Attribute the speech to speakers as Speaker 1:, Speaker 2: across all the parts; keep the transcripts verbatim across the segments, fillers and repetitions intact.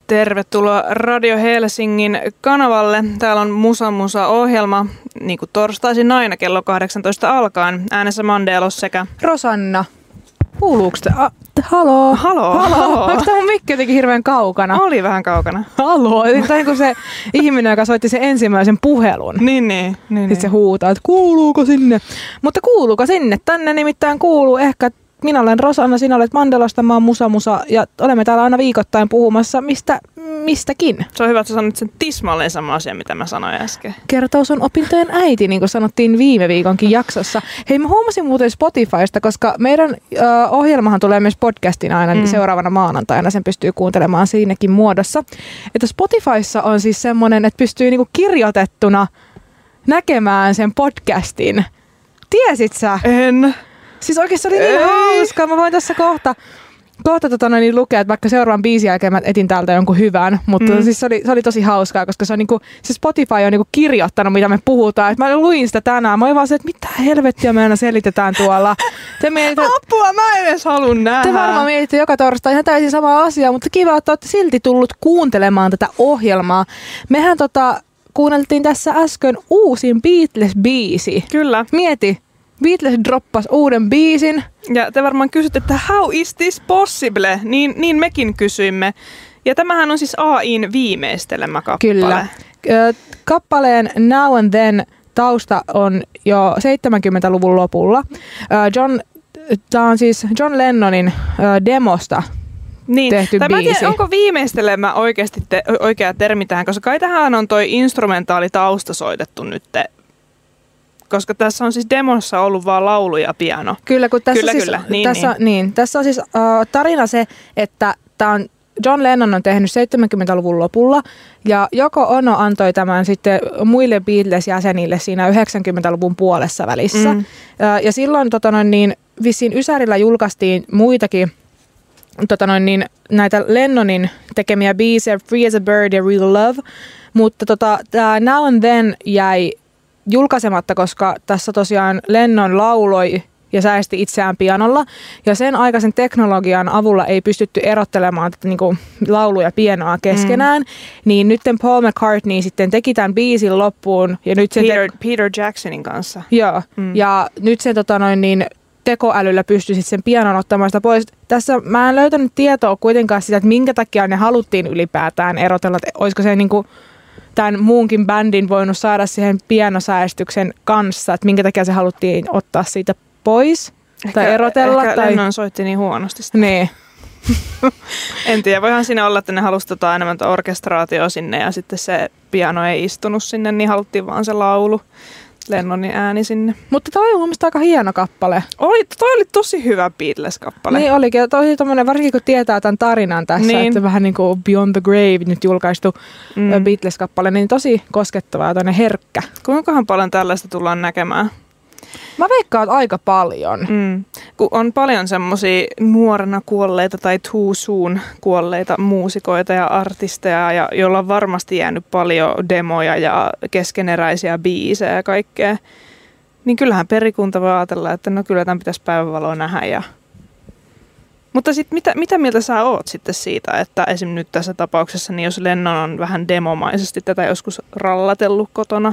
Speaker 1: Tervetuloa Radio Helsingin kanavalle. Täällä on Musa Musa-ohjelma, niin kuin torstaisin aina kello kahdeksantoista alkaen. Äänessä Mandelos sekä
Speaker 2: Rosanna. Kuuluuko te? A- Haloo.
Speaker 1: Haloo.
Speaker 2: Haloo. Onko tämä mun mikki jotenkin hirveän kaukana?
Speaker 1: Oli vähän kaukana.
Speaker 2: Haloo. Tämä on se ihminen, joka soitti sen ensimmäisen puhelun.
Speaker 1: Niin, niin. niin
Speaker 2: Sitten se huutaa, että kuuluuko sinne? Mutta kuuluuko sinne? Tänne nimittäin kuuluu ehkä... Minä olen Rosanna, sinä olet Mandelasta, mä oon Musa Musa ja olemme täällä aina viikoittain puhumassa mistä, mistäkin.
Speaker 1: Se on hyvä, että sä sanoit sen tismalleen sama asia, mitä mä sanoin äsken.
Speaker 2: Kertaus on opintojen äiti, niin kuin sanottiin viime viikonkin jaksossa. Hei, mä huomasin muuten Spotifysta, koska meidän ö, ohjelmahan tulee myös podcastina aina mm. seuraavana maanantaina. Sen pystyy kuuntelemaan siinäkin muodossa. Että Spotifyssa on siis semmoinen, että pystyy niinku kirjoitettuna näkemään sen podcastin. Tiesit sä?
Speaker 1: En.
Speaker 2: Siis oikeasti se oli niin hauskaa. Mä voin tässä kohta, kohta tota noin, lukea, että vaikka seuraavan biisin jälkeen mä etin täältä jonkun hyvän. Mutta mm. siis se oli, se oli tosi hauskaa, koska se, on niinku, se Spotify on niinku kirjoittanut, mitä me puhutaan. Et mä luin sitä tänään. Mä olin vaan se, että mitä helvettiä me aina selitetään tuolla. Te mietitte,
Speaker 1: apua, mä en edes halun nähdä.
Speaker 2: Te varmaan mietitte joka torstai ihan täysin sama asia, mutta kiva, että olette silti tullut kuuntelemaan tätä ohjelmaa. Mehän tota, kuunneltiin tässä äsken uusin Beatles-biisi.
Speaker 1: Kyllä.
Speaker 2: Mieti. Beatles droppas uuden biisin.
Speaker 1: Ja te varmaan kysytte, että how is this possible? Niin, niin mekin kysyimme. Ja tämähän on siis A I:n viimeistelemä kappale.
Speaker 2: Kyllä. Kappaleen Now and Then tausta on jo seitsemänkymmentäluvun lopulla. John, tämä on siis John Lennonin demosta
Speaker 1: niin.
Speaker 2: tehty
Speaker 1: tai
Speaker 2: biisi.
Speaker 1: Mä tiedän, onko viimeistelemä oikeasti te, oikea termi tähän, koska kai tähän on toi instrumentaali tausta soitettu nyt. Koska tässä on siis demossa ollut vaan laulu ja piano.
Speaker 2: Kyllä, kun tässä,
Speaker 1: kyllä,
Speaker 2: siis,
Speaker 1: kyllä. Niin,
Speaker 2: tässä,
Speaker 1: niin.
Speaker 2: Niin, tässä on siis uh, tarina se, että tää on John Lennon on tehnyt seitsemänkymmentäluvun lopulla ja Yoko Ono antoi tämän sitten muille Beatles-jäsenille siinä yhdeksänkymmentäluvun puolessa välissä. Mm. Uh, ja silloin tota noin, niin, vissiin Ysärillä julkaistiin muitakin tota noin, niin, näitä Lennonin tekemiä biisejä, Free as a Bird ja Real Love, mutta tota, tämä Now and Then jäi julkaisematta, koska tässä tosiaan Lennon lauloi ja säesti itseään pianolla. Ja sen aikaisen teknologian avulla ei pystytty erottelemaan tätä niinku laulu- ja pianoa keskenään. Mm. Niin nyt Paul McCartney sitten teki tämän biisin loppuun. Ja nyt sen
Speaker 1: Peter,
Speaker 2: te-
Speaker 1: Peter Jacksonin kanssa.
Speaker 2: Joo. Mm. Ja nyt sen tota noin, niin, tekoälyllä pystyi sitten sen pianon ottamaan sitä pois. Tässä mä en löytänyt tietoa kuitenkaan sitä, että minkä takia ne haluttiin ylipäätään erotella. Että olisiko se niinku tämän muunkin bändin voinut saada siihen pianosäästyksen kanssa, että minkä takia se haluttiin ottaa siitä pois ehkä, tai erotella.
Speaker 1: Ehkä
Speaker 2: tai...
Speaker 1: Lennon soitti niin huonosti sitä.
Speaker 2: Niin.
Speaker 1: En tiedä, voihan siinä olla, että ne halusi tota enemmän orkestraatioa sinne ja sitten se piano ei istunut sinne, niin haluttiin vaan se laulu. Lennonin ääni sinne.
Speaker 2: Mutta toi on mielestäni aika hieno kappale.
Speaker 1: Oli, toi oli tosi hyvä Beatles-kappale.
Speaker 2: Niin olikin. Tosi tommoinen, varsinkin kun tietää tämän tarinan tässä, niin. Että vähän niin kuin Beyond the Grave nyt julkaistu mm. Beatles-kappale, niin tosi koskettava ja toinen herkkä.
Speaker 1: Kuinkahan paljon tällaista tullaan näkemään?
Speaker 2: Mä veikkaan, että aika paljon.
Speaker 1: Mm. Kun on paljon semmosia nuorena kuolleita tai too soon kuolleita muusikoita ja artisteja, ja joilla on varmasti jäänyt paljon demoja ja keskeneräisiä biisejä ja kaikkea, niin kyllähän perikunta voi ajatella, että no kyllä tämän pitäisi päivänvaloa nähdä. Ja... Mutta sitten mitä, mitä mieltä sä oot sitten siitä, että esimerkiksi nyt tässä tapauksessa, niin jos Lennon on vähän demomaisesti tätä joskus rallatellut kotona,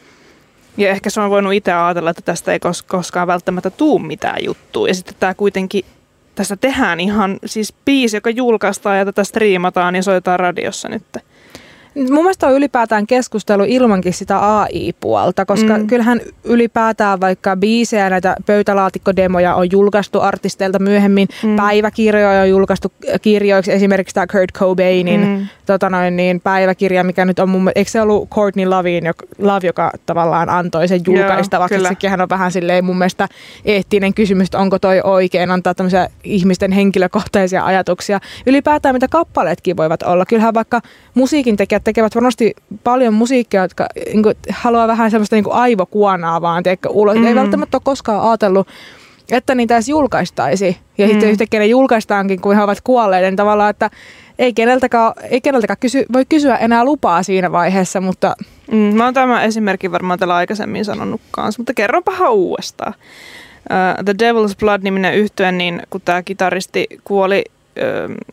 Speaker 1: ja ehkä se on voinut itse ajatella, että tästä ei kos- koskaan välttämättä tuu mitään juttua. Ja sitten tämä kuitenkin, tästä tehdään ihan siis biisi, joka julkaistaan ja tätä striimataan ja soitetaan radiossa nyt.
Speaker 2: Mun mielestä on ylipäätään keskustelu ilmankin sitä A I-puolta, koska mm. kyllähän ylipäätään vaikka biisejä, näitä pöytälaatikkodemoja on julkaistu artisteilta myöhemmin, mm. päiväkirjoja on julkaistu kirjoiksi, esimerkiksi tämä Kurt Cobainin mm. tota noin, niin, päiväkirja, mikä nyt on mun mielestä, eikö se ollut Courtney Lovein, joka, Love, joka tavallaan antoi sen julkaistavaksi, että sekin on vähän silleen mun mielestä eettinen kysymys, että onko toi oikein antaa tämmöisiä ihmisten henkilökohtaisia ajatuksia. Ylipäätään mitä kappaleetkin voivat olla, kyllähän vaikka musiikin tekijät tekevät varmasti paljon musiikkia, jotka niin kuin, haluaa vähän semmoista niin kuin aivokuonaa vaan teekö, ulos. Mm-hmm. Ei välttämättä ole koskaan ajatellut, että niitä edes julkaistaisi. Ja mm. sitten yhtäkkiä ne julkaistaankin, kun he ovat kuolleet. Niin tavallaan, että ei keneltäkään, ei keneltäkään kysy, voi kysyä enää lupaa siinä vaiheessa, mutta...
Speaker 1: Mm, mä oon tämän esimerkin varmaan tällä aikaisemmin sanonut kanssa, mutta kerronpahan uudestaan. Uh, The Devil's Blood-niminen yhtye, niin kun tämä kitaristi kuoli... Uh,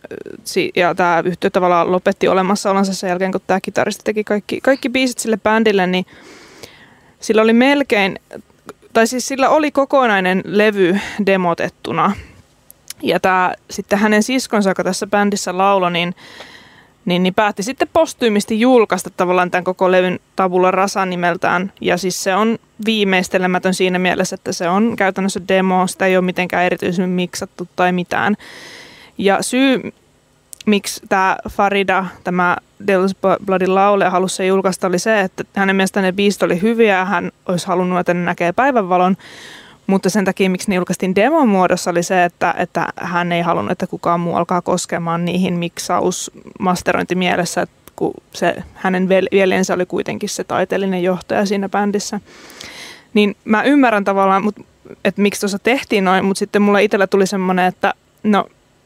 Speaker 1: ja tämä yhtiö tavallaan lopetti olemassaolonsa sen jälkeen, kun tämä kitaristi teki kaikki, kaikki biisit sille bändille, niin sillä oli melkein, tai siis sillä oli kokonainen levy demotettuna. Ja tämä sitten hänen siskonsa, joka tässä bändissä lauloi, niin, niin, niin päätti sitten postyymisti julkaista tavallaan tämän koko levyn Tabula Rasa nimeltään. Ja siis se on viimeistelemätön siinä mielessä, että se on käytännössä demo, sitä ei ole mitenkään erityisemmin miksattu tai mitään. Ja syy, miksi tämä Farida, tämä Devil's Bloodin laulaja, halusi sen julkaista, oli se, että hänen mielestään ne biisit oli hyviä ja hän olisi halunnut, että ne näkee päivänvalon. Mutta sen takia, miksi ne julkaistiin demon muodossa, oli se, että, että hän ei halunnut, että kukaan muu alkaa koskemaan niihin miksaus-masterointimielessä, kun se, hänen veljensä oli kuitenkin se taiteellinen johtaja siinä bändissä. Niin mä ymmärrän tavallaan, että miksi tuossa tehtiin noin, mutta sitten mulle itsellä tuli semmoinen, että no,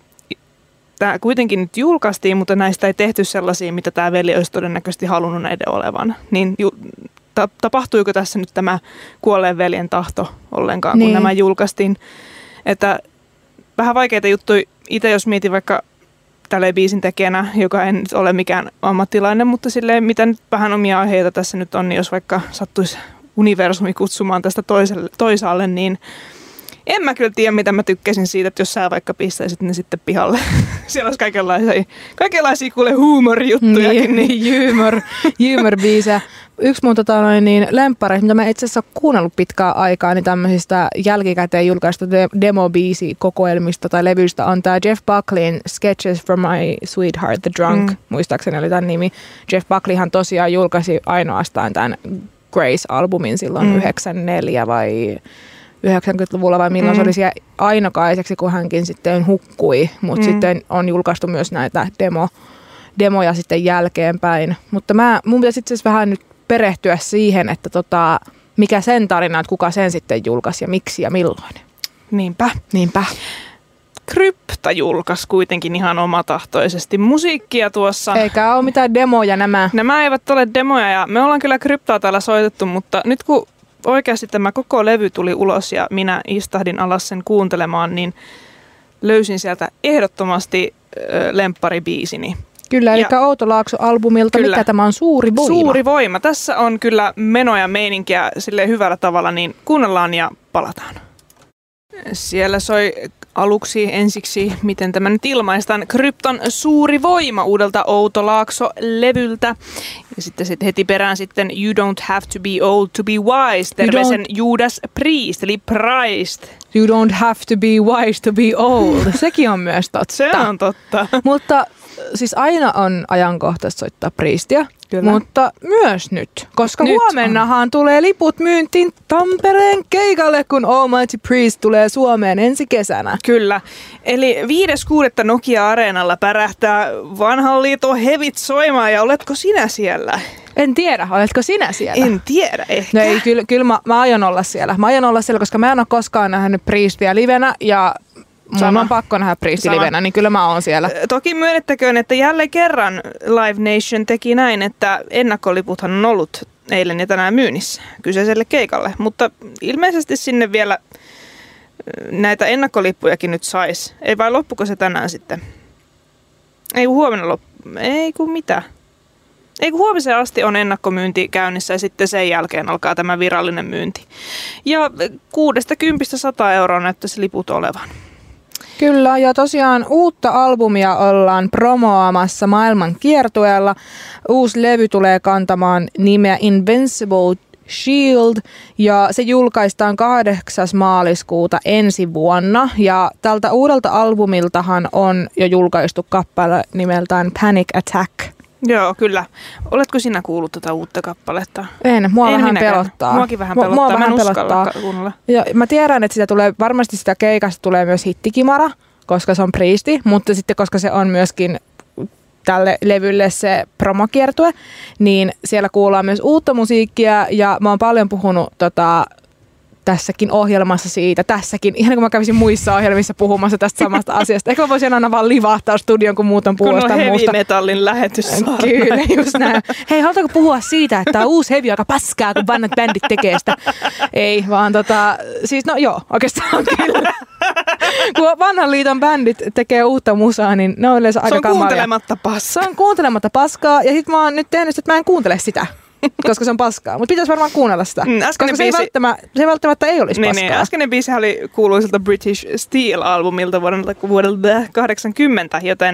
Speaker 1: tämä kuitenkin nyt julkaistiin, mutta näistä ei tehty sellaisia, mitä tämä veli olisi todennäköisesti halunnut näiden olevan. Niin ju- ta- tapahtuiko tässä nyt tämä kuolleen veljen tahto ollenkaan, kun niin. nämä julkaistiin? Että vähän vaikeita juttuja. Itse jos mietin vaikka tälleen biisin tekijänä, joka ei nyt ole mikään ammattilainen, mutta silleen, mitä nyt vähän omia aiheita tässä nyt on, niin jos vaikka sattuisi universumi kutsumaan tästä toiselle, toisaalle, niin en mä kyllä tiedä, mitä mä tykkäsin siitä, että jos sä vaikka pistäisit ne sitten pihalle. Siellä olisi kaikenlaisia, kaikenlaisia kuule huumorijuttujakin.
Speaker 2: Niin, humor, humor-biisejä. Yksi mun tota, noin, niin, lemppareista, mitä mä itse asiassa ole kuunnellut pitkään aikaa, niin tämmöisistä jälkikäteen julkaista demo-biisi-kokoelmista tai levyistä on tää Jeff Buckley'n Sketches from My Sweetheart, The Drunk, mm. muistaakseni oli tämän nimi. Jeff Buckleyhan tosiaan julkaisi ainoastaan tämän Grace-albumin silloin mm. yhdeksänkymmentäneljä vai yhdeksänkymmentäluvulla vai milloin mm. se oli siellä ainokaiseksi, kun hänkin sitten hukkui, mutta mm. sitten on julkaistu myös näitä demo, demoja sitten jälkeenpäin. Mutta mä, mun pitäisi itse asiassa vähän nyt perehtyä siihen, että tota, mikä sen tarina, että kuka sen sitten julkaisi ja miksi ja milloin.
Speaker 1: Niinpä.
Speaker 2: Niinpä.
Speaker 1: Krypta julkaisi kuitenkin ihan omatahtoisesti musiikkia tuossa.
Speaker 2: Eikä ole mitään demoja nämä.
Speaker 1: Nämä eivät ole demoja ja me ollaan kyllä Kryptaa täällä soitettu, mutta nyt kun oikeasti tämä koko levy tuli ulos ja minä istahdin alas sen kuuntelemaan, niin löysin sieltä ehdottomasti äh, lempparibiisini.
Speaker 2: Kyllä, eli Outo Laakso-albumilta. Kyllä. Mikä tämä on? Suuri voima.
Speaker 1: Suuri voima. Tässä on kyllä menoja meininkiä silleen hyvällä tavalla, niin kuunnellaan ja palataan. Siellä soi aluksi ensiksi, miten tämä nyt ilmaistaan, Krypton Suuri voima uudelta Outo Laakso-levyltä. Ja sitten sit heti perään sitten You don't have to be old to be wise, terveisen Judas Priest, eli Priest.
Speaker 2: You don't have to be wise to be old. Sekin on myös totta.
Speaker 1: Se on totta.
Speaker 2: Mutta siis aina on ajankohtaista soittaa Priestia. Kyllä. Mutta myös nyt, koska nyt huomennahan on. Tulee liput myyntiin Tampereen keikalle, kun Almighty Priest tulee Suomeen ensi kesänä.
Speaker 1: Kyllä, eli viides kuudetta Nokia-areenalla pärähtää vanhan liiton hevit soimaan, ja oletko sinä siellä?
Speaker 2: En tiedä, oletko sinä siellä?
Speaker 1: En tiedä, ehkä.
Speaker 2: No ei, kyllä, kyllä mä, mä aion olla siellä. Mä aion olla siellä, koska mä en ole koskaan nähnyt Priestia livenä, ja mun on pakko nähdä Priesti livenä, niin kyllä mä oon siellä.
Speaker 1: Toki myönnettäköön, että jälleen kerran Live Nation teki näin, että ennakkoliputhan on ollut eilen ja tänään myynnissä kyseiselle keikalle. Mutta ilmeisesti sinne vielä näitä ennakkolippujakin nyt sais. Ei vai loppuko se tänään sitten? Ei kun huomenna loppu. Ei kun mitä? Ei kun huomiseen asti on ennakkomyynti käynnissä ja sitten sen jälkeen alkaa tämä virallinen myynti. Ja kuudesta kympistä sata euroa näyttäisi liput olevan.
Speaker 2: Kyllä, ja tosiaan uutta albumia ollaan promoamassa maailman kiertueella. Uusi levy tulee kantamaan nimeä Invincible Shield, ja se julkaistaan kahdeksas maaliskuuta ensi vuonna. Ja tältä uudelta albumiltahan on jo julkaistu kappale nimeltään Panic Attack.
Speaker 1: Joo, kyllä. Oletko sinä kuullut tätä uutta kappaletta?
Speaker 2: En, mua
Speaker 1: en
Speaker 2: vähän
Speaker 1: minäkään.
Speaker 2: pelottaa.
Speaker 1: Muakin vähän pelottaa.
Speaker 2: Mua, mua
Speaker 1: mä en
Speaker 2: vähän
Speaker 1: uskalla kuunnella.
Speaker 2: Ja mä tiedän, että sitä tulee, varmasti sitä keikasta tulee myös hittikimara, koska se on Priesti, mutta sitten koska se on myöskin tälle levylle se promokiertue, niin siellä kuullaan myös uutta musiikkia, ja mä oon paljon puhunut tota, tässäkin ohjelmassa siitä, tässäkin, ihan kun mä kävisin muissa ohjelmissa puhumassa tästä samasta asiasta. Ehkä mä voisin aina vaan livahtaa studion, kun muut on puhua
Speaker 1: muusta.
Speaker 2: Kun on
Speaker 1: heavy metallin lähetys.
Speaker 2: Kyllä, just näin. Hei, halutaanko puhua siitä, että tämä uusi heavy aika paskaa, kun vanhat bändit tekee sitä? Ei, vaan tota, siis no joo, oikeastaan kyllä. Kun vanhan liiton bändit tekee uutta musaa, niin ne on yleensä aika kamalia.
Speaker 1: Se on kuuntelematta paskaa.
Speaker 2: Se on kuuntelematta paskaa, ja sit mä oon nyt tehnyt, että mä en kuuntele sitä. Koska se on paskaa. Mutta pitäisi varmaan kuunnella sitä. Mm, koska se, biisi... ei välttämättä, se ei välttämättä ei olisi niin, paskaa.
Speaker 1: Niin, äskeinen biisi oli kuuluiselta British Steel-albumilta vuodelta, vuodelta kahdeksankymmentä, joten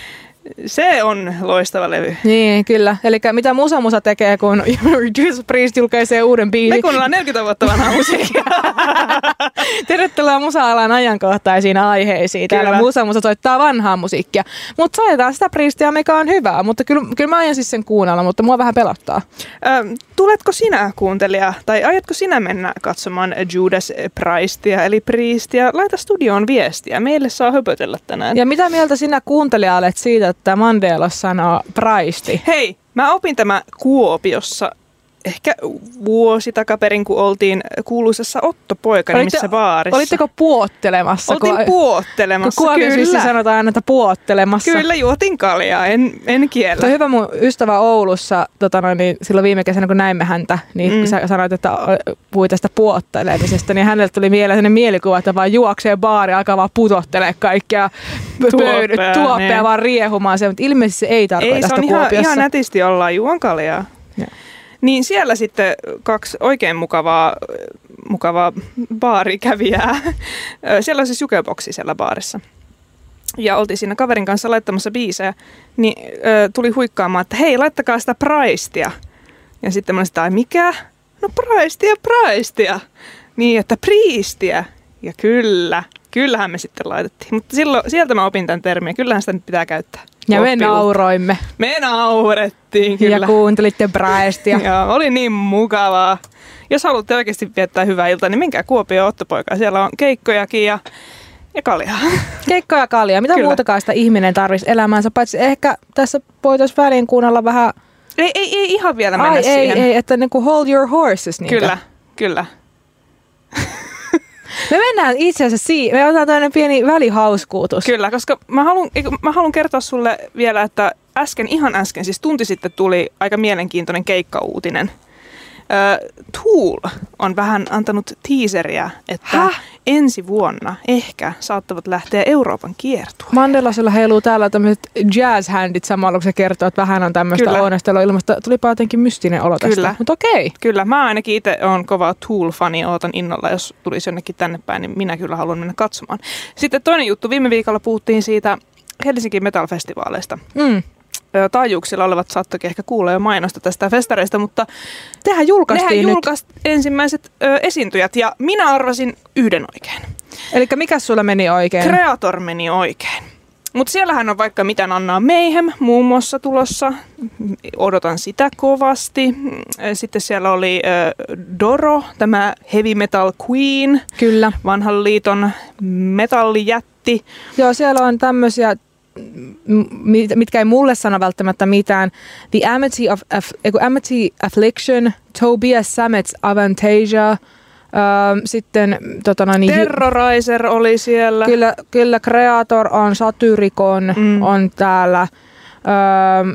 Speaker 1: se on loistava levy.
Speaker 2: Niin, kyllä. Eli mitä Musa Musa tekee, kun Judas Priest julkaisee uuden biisin.
Speaker 1: Me kuunnellaan neljäkymmentä vuotta vanhaa musiikkia.
Speaker 2: Tervetuloa musa-alan ajankohtaisiin aiheisiin. Kyllä. Täällä Musa Musa soittaa vanhaa musiikkia. Mutta soitetaan sitä Priestia, mikä on hyvää. Mutta kyllä, kyllä mä aion siis sen kuunnella, mutta mua vähän pelottaa.
Speaker 1: Ö, tuletko sinä, kuuntelija, tai aiotko sinä mennä katsomaan Judas Priestia, eli Priestia? Laita studioon viestiä. Meille saa höpötellä tänään.
Speaker 2: Ja mitä mieltä sinä kuuntelija olet siitä, että Mandelos sanoo Priesti?
Speaker 1: Hei, mä opin tämä Kuopiossa ehkä vuosi takaperin, kun oltiin kuuluisessa Otto Poika-nimisessä baarissa.
Speaker 2: Olitteko puottelemassa?
Speaker 1: Oltiin
Speaker 2: kun,
Speaker 1: puottelemassa,
Speaker 2: kun kyllä. Sanotaan aina, että puottelemassa.
Speaker 1: Kyllä, juotin kaljaa, en, en kiellä.
Speaker 2: Tuo hyvä mun ystävä Oulussa, tota noin, niin silloin viime kesänä, kun näimme häntä, niin mm. sä sanoit, että puhui tästä puottelemisesta, niin hänelle tuli mieleen sellainen mielikuva, että vaan juoksee baari, alkaa vaan putottelemaan kaikkia pöydyt, tuoppeja niin. Vaan riehumaan se, mutta ilmeisesti se ei tarkoita
Speaker 1: ei,
Speaker 2: sitä
Speaker 1: Kuopiossa. Ei, se on ihan, ihan nätisti ollaan juon kaljaa. Ja. Niin siellä sitten kaksi oikein mukavaa, mukavaa baarikävijää. Siellä on siis jukeboksi siellä baarissa. Ja oltiin siinä kaverin kanssa laittamassa biisejä, niin ö, tuli huikkaamaan, että hei, laittakaa sitä Priestia. Ja sitten mä sanoin, mikä? No Priestia, Priestia. Niin, että Priestia. Ja kyllä, kyllähän me sitten laitettiin. Mutta silloin, sieltä mä opin tämän termin, kyllähän sitä nyt pitää käyttää.
Speaker 2: Ja me nauroimme.
Speaker 1: Me naurettiin, kyllä.
Speaker 2: Ja kuuntelitte Priestia.
Speaker 1: Joo, oli niin mukavaa. Jos haluatte oikeasti viettää hyvää iltaa, niin menkää Kuopioon Otto Poika. Siellä on keikkojakin ja, ja kaljaa.
Speaker 2: Keikkoja ja kaljaa. Mitä kyllä. muutakaan sitä ihminen tarvitsisi elämäänsä? Paitsi ehkä tässä voitaisiin väliin kuunnella vähän...
Speaker 1: Ei, ei, ei ihan vielä mennä
Speaker 2: Ai,
Speaker 1: siihen.
Speaker 2: Ei, ei, että niin kuin hold your horses. Niitä.
Speaker 1: Kyllä, kyllä.
Speaker 2: Me mennään itse asiassa siihen. Me otetaan tämmöinen pieni välihauskuutus.
Speaker 1: Kyllä, koska mä haluan, mä haluan kertoa sulle vielä, että äsken, ihan äsken, siis tunti sitten tuli aika mielenkiintoinen keikkauutinen. Tool on vähän antanut teaseria, että Häh? ensi vuonna ehkä saattavat lähteä Euroopan kiertueelle.
Speaker 2: Mandelasella heiluu täällä tämmöiset jazz-handit samalla, kun se kertoo, että vähän on tämmöistä onnestelua ilmasta. Tulipa jotenkin mystinen olo tästä,
Speaker 1: Kyllä.
Speaker 2: mutta okei.
Speaker 1: Kyllä, mä ainakin itse olen kova Tool-fani, ootan innolla, jos tulisi jonnekin tänne päin, niin minä kyllä haluan mennä katsomaan. Sitten toinen juttu, viime viikolla puhuttiin siitä Helsinki Metal-festivaaleista. Mm. Taajuuksilla olevat saattokin ehkä kuulla jo mainosta tästä festareista, mutta
Speaker 2: tehän julkaistiin nyt.
Speaker 1: julkaist ensimmäiset ö, esiintyjät ja minä arvasin yhden oikein.
Speaker 2: Eli mikä sulla meni oikein?
Speaker 1: Kreator meni oikein. Mutta siellähän on vaikka mitä Anna Mayhem muun muassa tulossa. Odotan sitä kovasti. Sitten siellä oli ö, Doro, tämä Heavy Metal Queen.
Speaker 2: Kyllä.
Speaker 1: Vanhan liiton metallijätti.
Speaker 2: Joo, siellä on tämmöisiä, mitkä ei mulle sano välttämättä mitään. The Amity of Aff- Amity Affliction, Tobias Sammet's Avantasia, Öö, sitten tota no, niin,
Speaker 1: Terrorizer oli siellä.
Speaker 2: Kyllä, kyllä Creator on, Satyricon mm. on täällä. Öö,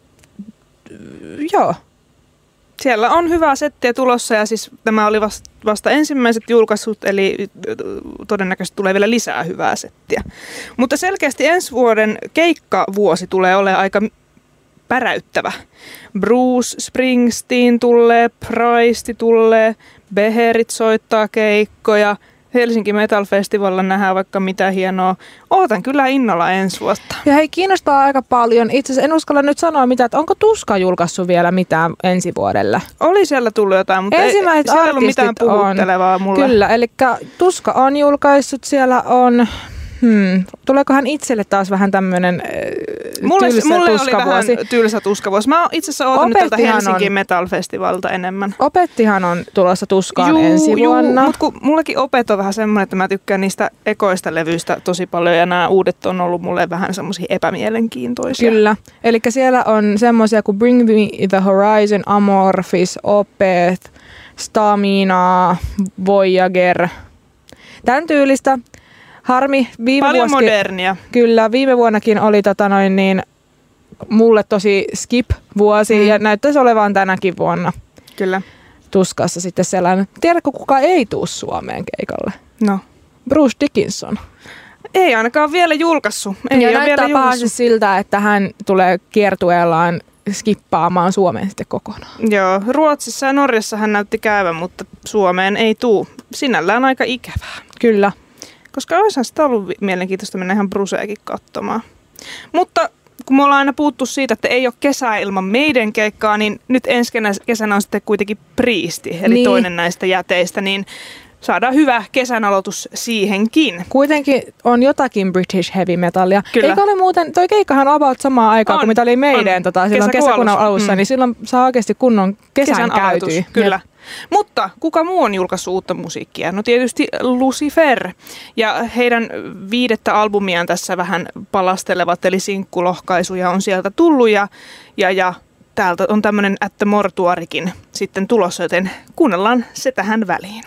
Speaker 2: joo.
Speaker 1: Siellä on hyvää settiä tulossa ja siis tämä oli vasta, vasta ensimmäiset julkaisut, eli todennäköisesti tulee vielä lisää hyvää settiä. Mutta selkeästi ensi vuoden keikkavuosi tulee olemaan aika päräyttävä. Bruce Springsteen tulee, Priesti tulee, Beherit soittaa keikkoja, Helsinki Metal Festivalilla nähdään vaikka mitä hienoa. Ootan kyllä innolla ensi vuotta.
Speaker 2: Ja hei, kiinnostaa aika paljon. Itse asiassa en uskalla nyt sanoa mitään, että onko Tuska julkaissut vielä mitään ensi vuodelle?
Speaker 1: Oli siellä tullut jotain, mutta ei, ei siellä ollut mitään puhuttelevaa on. mulle.
Speaker 2: Kyllä, eli Tuska on julkaissut, siellä on... Hmm. Tuleekohan itselle taas vähän tämmöinen
Speaker 1: mulle,
Speaker 2: tylsä
Speaker 1: mulle
Speaker 2: tuskavuosi?
Speaker 1: Oli vähän tylsä tuskavuosi. Mä itse asiassa ootan nyt tältä Helsinki on, Metal Festivalilta enemmän.
Speaker 2: Opettihan on tulossa Tuskaan juu, ensi
Speaker 1: juu,
Speaker 2: vuonna.
Speaker 1: Mutta kun mullekin Opet on vähän semmoinen, että mä tykkään niistä ekoista levyistä tosi paljon ja nämä uudet on ollut mulle vähän semmoisia epämielenkiintoisia.
Speaker 2: Kyllä. Eli siellä on semmoisia kuin Bring Me the Horizon, Amorphis, Opet, Stamina, Voyager. Tämän tyylistä. Harmi. Viime
Speaker 1: Paljon
Speaker 2: vuosikin,
Speaker 1: modernia.
Speaker 2: Kyllä, viime vuonnakin oli tota noin niin, mulle tosi skip-vuosi mm. ja näyttäisi olevan tänäkin vuonna.
Speaker 1: Kyllä.
Speaker 2: Tuskassa sitten sellainen. Tiedätkö, kuka ei tuu Suomeen keikalle?
Speaker 1: No.
Speaker 2: Bruce Dickinson.
Speaker 1: Ei ainakaan vielä julkaissut. Ei
Speaker 2: ja
Speaker 1: ole
Speaker 2: näyttää
Speaker 1: vielä
Speaker 2: pahasti siltä, että hän tulee kiertueellaan skippaamaan Suomeen sitten kokonaan.
Speaker 1: Joo, Ruotsissa ja Norjassa hän näytti käyvän, mutta Suomeen ei tuu. Sinällään aika ikävää.
Speaker 2: Kyllä.
Speaker 1: Koska olisihan sitä ollut mielenkiintoista mennä ihan Bruceakin katsomaan. Mutta kun me ollaan aina puhuttu siitä, että ei ole kesää ilman meidän keikkaa, niin nyt ensi kesänä on sitten kuitenkin Priisti, eli niin. toinen näistä jäteistä, niin saadaan hyvä kesän aloitus siihenkin. Kuitenkin
Speaker 2: on jotakin British heavy metallia.
Speaker 1: Kyllä.
Speaker 2: Eikä ole muuten, toi keikkahan on about samaan aikaan, kun mitä oli meidän tota, silloin kesäkuun alussa, mm. niin silloin saa oikeasti kunnon kesän, kesän käytyä.
Speaker 1: Kyllä. Jep. Mutta kuka muu on julkaissut uutta musiikkia? No tietysti Lucifer. Ja heidän viidettä albumiaan tässä vähän palastelevat, eli sinkkulohkaisuja on sieltä tullut. Ja, ja, ja täältä on tämmöinen At the Mortuarikin sitten tulossa, joten kuunnellaan se tähän väliin.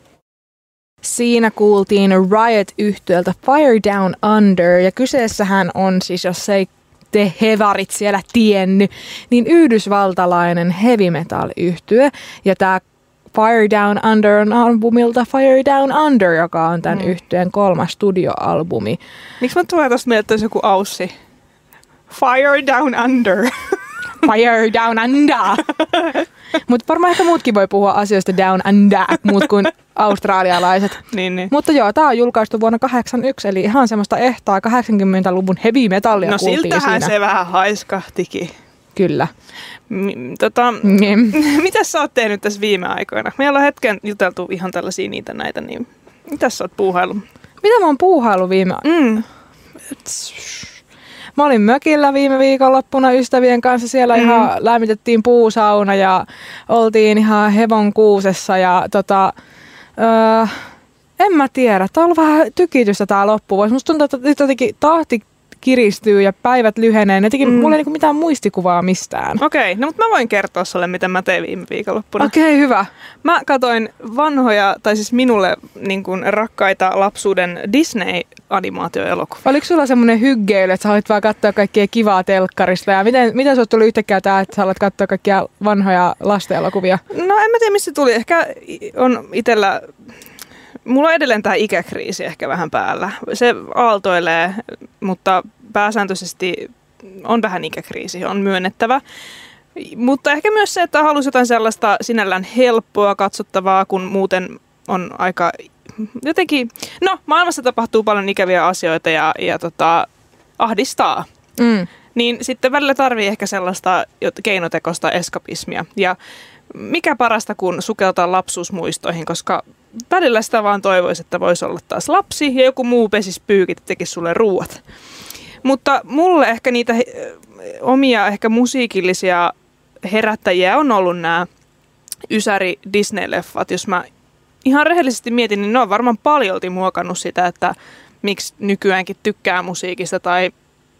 Speaker 2: Siinä kuultiin Riot-yhtyöltä Fire Down Under, ja kyseessähän on siis, jos ei te hevarit siellä tiennyt, niin yhdysvaltalainen heavy metal-yhtye, ja tämä Fire Down Under on albumilta Fire Down Under, joka on tämän mm. yhtyeen kolmas studioalbumi.
Speaker 1: Miksi mä tulee tosta mieltä, että olisi joku aussi? Fire Down Under.
Speaker 2: Fire Down Under. Mutta varmaan ehkä muutkin voi puhua asioista down under, muut kuin australialaiset.
Speaker 1: niin, niin.
Speaker 2: Mutta joo, tää on julkaistu vuonna kahdeksankymmentäyksi, eli ihan semmoista ehtaa kahdeksankymmentäluvun heavy metallia
Speaker 1: no,
Speaker 2: kuultiin siinä.
Speaker 1: No siltähän se vähän haiskahtikin.
Speaker 2: Kyllä.
Speaker 1: M- tota, mm. Mitä sä oot tehnyt tässä viime aikoina? Meillä on hetken juteltu ihan tällaisia niitä näitä, niin mitä sä oot puuhaillut?
Speaker 2: Mitä mä oon puuhaillut viime aikoina? Mm. Mä olin mökillä viime viikonloppuna ystävien kanssa. Siellä mm. ihan lämmitettiin puusauna ja oltiin ihan hevon kuusessa. Ja tota, öö, en mä tiedä. Tää on ollut vähän tykitystä tää loppuvuosi. Musta tuntuu, että nyt jotenkin tahti kiristyy ja päivät lyhenee. Jotenkin mm. mulla ei niinku mitään muistikuvaa mistään.
Speaker 1: Okei, no mutta mä voin kertoa sulle, mitä mä tein viime viikonloppuna.
Speaker 2: Okei, hyvä.
Speaker 1: Mä katoin vanhoja, tai siis minulle niin kuin rakkaita lapsuuden Disney-animaatioelokuvia.
Speaker 2: Oliko sulla semmoinen hyggeily, että sä haluat vaan katsoa kaikkia kivaa telkkarista? Ja miten, miten sä oot tullut yhtäkkiä tää, että sä haluat katsoa kaikkia vanhoja lastenelokuvia?
Speaker 1: No en mä tiedä, missä tuli. Ehkä on itsellä... Mulla on edelleen tämä ikäkriisi ehkä vähän päällä. Se aaltoilee, mutta pääsääntöisesti on vähän ikäkriisi, on myönnettävä. Mutta ehkä myös se, että halusi jotain sellaista sinällään helppoa katsottavaa, kun muuten on aika jotenkin... No, maailmassa tapahtuu paljon ikäviä asioita ja, ja tota, ahdistaa. Mm. Niin sitten välillä tarvii ehkä sellaista keinotekoista eskapismia. Ja mikä parasta kuin sukeltaa lapsuusmuistoihin, koska välillä sitä vaan toivoisi, että voisi olla taas lapsi ja joku muu pesisi pyykit ja tekisi sulle ruuat. Mutta mulle ehkä niitä omia ehkä musiikillisia herättäjiä on ollut nämä ysäri Disney-leffat. Jos mä ihan rehellisesti mietin, niin ne on varmaan paljolti muokannut sitä, että miksi nykyäänkin tykkää musiikista tai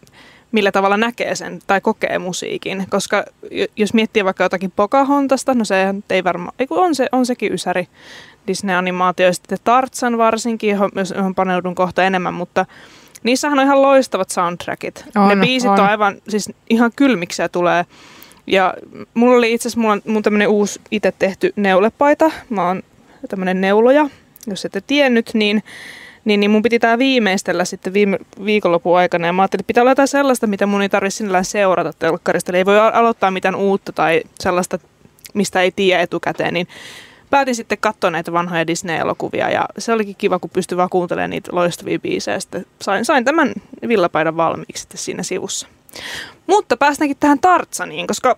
Speaker 1: millä tavalla näkee sen tai kokee musiikin. Koska jos miettii vaikka jotakin Pocahontassta, no se ei varmaan, on, se, on sekin ysäri Disney-animaatioista, Tarzan varsinkin, johon, johon paneudun kohta enemmän, mutta niissähän on ihan loistavat soundtrackit. On, ne biisit on. on aivan, siis ihan kylmiksiä tulee. Ja mulla oli itse asiassa, mulla on mun tämmönen uusi itse tehty neulepaita. Mä oon tämmönen neuloja, jos ette tiennyt, niin Niin, niin mun piti tää viimeistellä sitten viime viikonlopun aikana. Ja mä ajattelin, että pitää olla jotain sellaista, mitä mun ei tarvitse sinällään seurata telkkarista. Eli ei voi aloittaa mitään uutta tai sellaista, mistä ei tiedä etukäteen. Niin päätin sitten katsoa näitä vanhoja Disney-elokuvia. Ja se olikin kiva, kun pystyi vaan kuuntelemaan niitä loistavia biisejä. Sitten sain, sain tämän villapaidan valmiiksi sitten siinä sivussa. Mutta päästäänkin tähän Tarzaniin, koska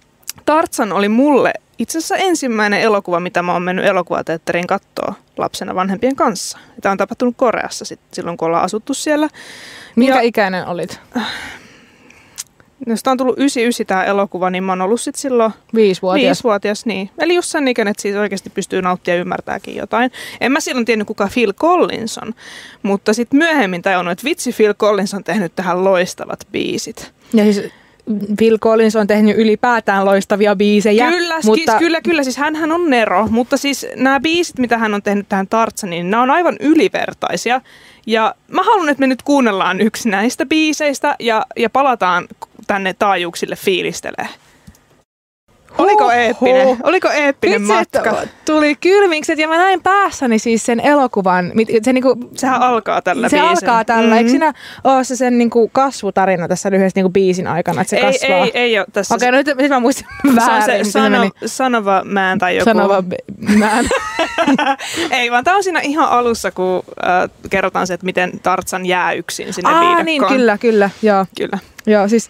Speaker 1: Tarzan oli mulle itse asiassa ensimmäinen elokuva, mitä mä oon mennyt elokuvateatteriin katsoa lapsena vanhempien kanssa. Tämä on tapahtunut Koreassa sit, silloin, kun ollaan asuttu siellä.
Speaker 2: Minkä
Speaker 1: ja,
Speaker 2: ikäinen olit?
Speaker 1: Jos tämä on tullut yhdeksänkymmentäyhdeksän tämä elokuva, niin mä oon ollut sitten silloin
Speaker 2: viisivuotias.
Speaker 1: viisivuotias niin. Eli just sen ikäinen, että siis oikeasti pystyy nauttia ja ymmärtääkin jotain. En mä silloin tiennyt, kuka Phil Collins on, mutta sitten myöhemmin tajunnut, että vitsi Phil Collins on tehnyt tähän loistavat biisit.
Speaker 2: Ja siis Phil Collins on tehnyt ylipäätään loistavia biisejä.
Speaker 1: Kyllä,
Speaker 2: mutta...
Speaker 1: siis, kyllä, kyllä. Siis hänhän on nero, mutta siis nämä biisit, mitä hän on tehnyt tähän Tarzaniin, nämä on aivan ylivertaisia. Ja mä haluan, että me nyt kuunnellaan yksi näistä biiseistä ja, ja palataan tänne taajuuksille fiilistelee. Oliko eeppinen? Oliko eeppinen
Speaker 2: Vitsi,
Speaker 1: matka?
Speaker 2: Tuli kylmikset ja mä näin päässäni siis sen elokuvan. Se niinku,
Speaker 1: Sehän alkaa tällä
Speaker 2: Se
Speaker 1: biisin.
Speaker 2: alkaa tällä. Mm-hmm. Eikö siinä ole se sen niinku kasvutarina tässä lyhyesti niinku biisin aikana, että se
Speaker 1: ei,
Speaker 2: kasvaa?
Speaker 1: Ei, ei ole tässä.
Speaker 2: Okei, okay, no nyt mä muistin väärin.
Speaker 1: Se on se Sanova Man tai joku.
Speaker 2: Sanova Man.
Speaker 1: Ei, vaan tää on siinä ihan alussa, kun äh, kerrotaan se, että miten Tarzan jää yksin sinne
Speaker 2: Aa,
Speaker 1: viidakkoon.
Speaker 2: niin, kyllä, kyllä. Joo.
Speaker 1: Kyllä.
Speaker 2: Joo, siis...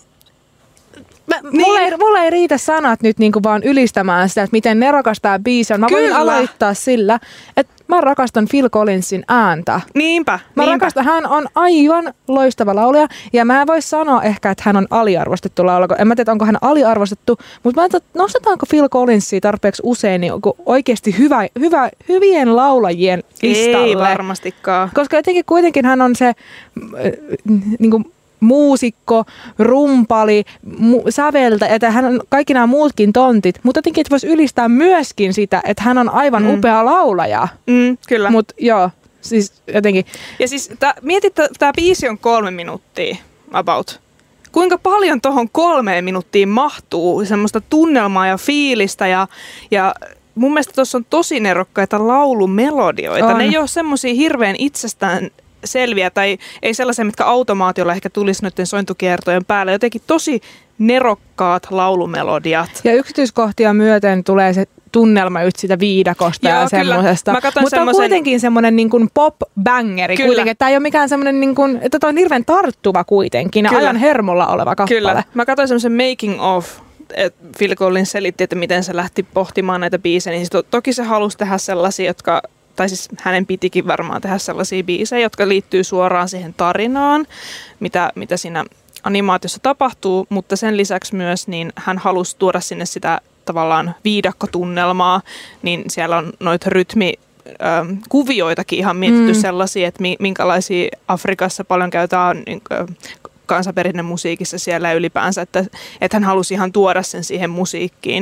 Speaker 2: Mä, niin. mulla, ei, mulla ei riitä sanat nyt niinku vaan ylistämään sitä, että miten nerokas tää biisi on. Mä voin
Speaker 1: Kyllä.
Speaker 2: aloittaa sillä, että mä rakastan Phil Collinsin ääntä.
Speaker 1: Niinpä.
Speaker 2: Mä
Speaker 1: niinpä.
Speaker 2: rakastan, hän on aivan loistava laulaja ja mä en voi sanoa ehkä, että hän on aliarvostettu laulaja. En mä tiedä, onko hän aliarvostettu, mutta mä en tiedä, nostetaanko Phil Collinsia tarpeeksi usein niin oikeasti hyvä, hyvä, hyvien laulajien listalle.
Speaker 1: Ei varmastikaan.
Speaker 2: Koska jotenkin kuitenkin hän on se äh, niin kuin muusikko, rumpali, mu- säveltä, että hän on kaikki nämä muutkin tontit, mutta jotenkin että voisi ylistää myöskin sitä, että hän on aivan mm. upea laulaja.
Speaker 1: Mm, kyllä.
Speaker 2: Mutta joo, siis jotenkin.
Speaker 1: Ja siis tää, mietit, tämä biisi on kolme minuuttia about. Kuinka paljon tuohon kolmeen minuuttiin mahtuu semmoista tunnelmaa ja fiilistä ja, ja mun mielestä tuossa on tosi nerokkaita laulumelodioita.
Speaker 2: On.
Speaker 1: Ne ei ole semmoisia hirveän itsestään selviä tai ei sellaisia, mitkä automaatiolla ehkä tulisi noiden sointukiertojen päälle. Jotenkin tosi nerokkaat laulumelodiat.
Speaker 2: Ja yksityiskohtia myöten tulee se tunnelma just sitä viidakosta
Speaker 1: Joo,
Speaker 2: ja semmoisesta. Mutta
Speaker 1: semmosen...
Speaker 2: on kuitenkin semmoinen niin kuin pop-bangeri
Speaker 1: Kyllä.
Speaker 2: kuitenkin. Tämä ei ole mikään semmoinen, niin kuin, että tämä on hirveän tarttuva kuitenkin ja
Speaker 1: Kyllä.
Speaker 2: ajan hermolla oleva kappale.
Speaker 1: Kyllä. Mä katsoin semmoisen making of, että Phil Collins selitti, että miten se lähti pohtimaan näitä biisejä. Niin to- toki se halusi tehdä sellaisia, jotka tai siis hänen pitikin varmaan tehdä sellaisia biisejä, jotka liittyy suoraan siihen tarinaan, mitä, mitä siinä animaatiossa tapahtuu, mutta sen lisäksi myös niin hän halusi tuoda sinne sitä tavallaan viidakkotunnelmaa, niin siellä on noita rytmikuvioitakin ihan mietitty mm. sellaisia, että minkälaisia Afrikassa paljon käytetään niin, kansanperinnemusiikissa siellä ylipäänsä, että, että hän halusi ihan tuoda sen siihen musiikkiin.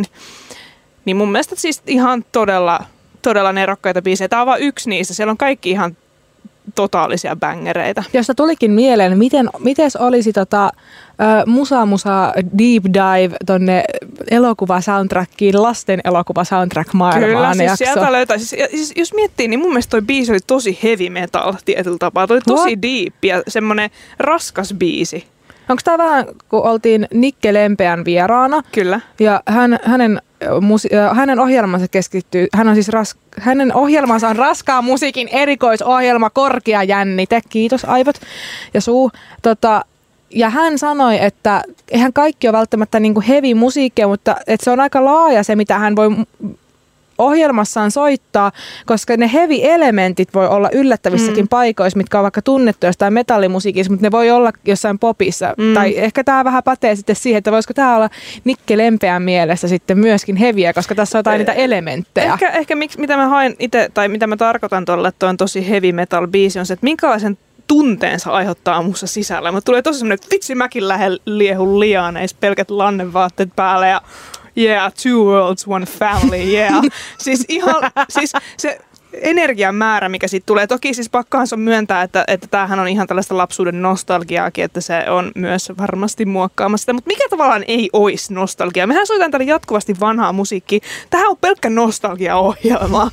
Speaker 1: Niin mun mielestä siis ihan todella todella nerokkaita biisejä. Tämä on vain yksi niistä. Siellä on kaikki ihan totaalisia bängereitä.
Speaker 2: Josta tulikin mieleen, miten mites olisi tota, uh, musa musa deep dive tonne elokuva-soundtrackiin, lasten elokuva-soundtrack-maailmaan.
Speaker 1: Kyllä, siis
Speaker 2: jakso.
Speaker 1: sieltä löytää. Siis, siis, jos miettii, niin mun mielestä toi biisi oli tosi heavy metal tietyllä tapaa. Toi oli tosi What? deep ja semmoinen raskas biisi.
Speaker 2: Onko tämä vähän, kun oltiin Nikke Lempeän vieraana?
Speaker 1: Kyllä.
Speaker 2: Ja hän, hänen, musi- hänen ohjelmansa keskittyy, hän on siis ras, hänen ohjelmansa on raskaan musiikin erikoisohjelma Korkea jännite. Kiitos aivot ja suu. Tota, ja hän sanoi, että eihän kaikki ole välttämättä niinku heavy musiikkia, mutta että se on aika laaja se, mitä hän voi ohjelmassaan soittaa, koska ne heavy-elementit voi olla yllättävissäkin mm. paikoissa, mitkä on vaikka tunnettu jostain metallimusiikissa, mutta ne voi olla jossain popissa. Mm. Tai ehkä tämä vähän pätee sitten siihen, että voisiko tämä olla Nikke Lempeän mielessä sitten myöskin heavyä, koska tässä on jotain niitä elementtejä.
Speaker 1: Ehkä, ehkä miksi, mitä mä haen itse, tai mitä mä tarkoitan tuolla, että on tosi heavy metal biisi, on se, että minkälaisen tunteensa aiheuttaa musta sisällä. Mutta tulee tosi semmoinen, että vitsi mäkin lähden liehun liaaneis, pelkät lannevaatteet päälle ja yeah, two worlds, one family, yeah. Siis ihan, siis se energian määrä, mikä siitä tulee. Toki siis pakkohan se on myöntää, että, että tämähän on ihan tällaista lapsuuden nostalgiaakin, että se on myös varmasti muokkaamassa sitä. Mutta mikä tavallaan ei olisi nostalgia? Mehän soitan täällä jatkuvasti vanhaa musiikkia. Tämähän on pelkkä nostalgia-ohjelma.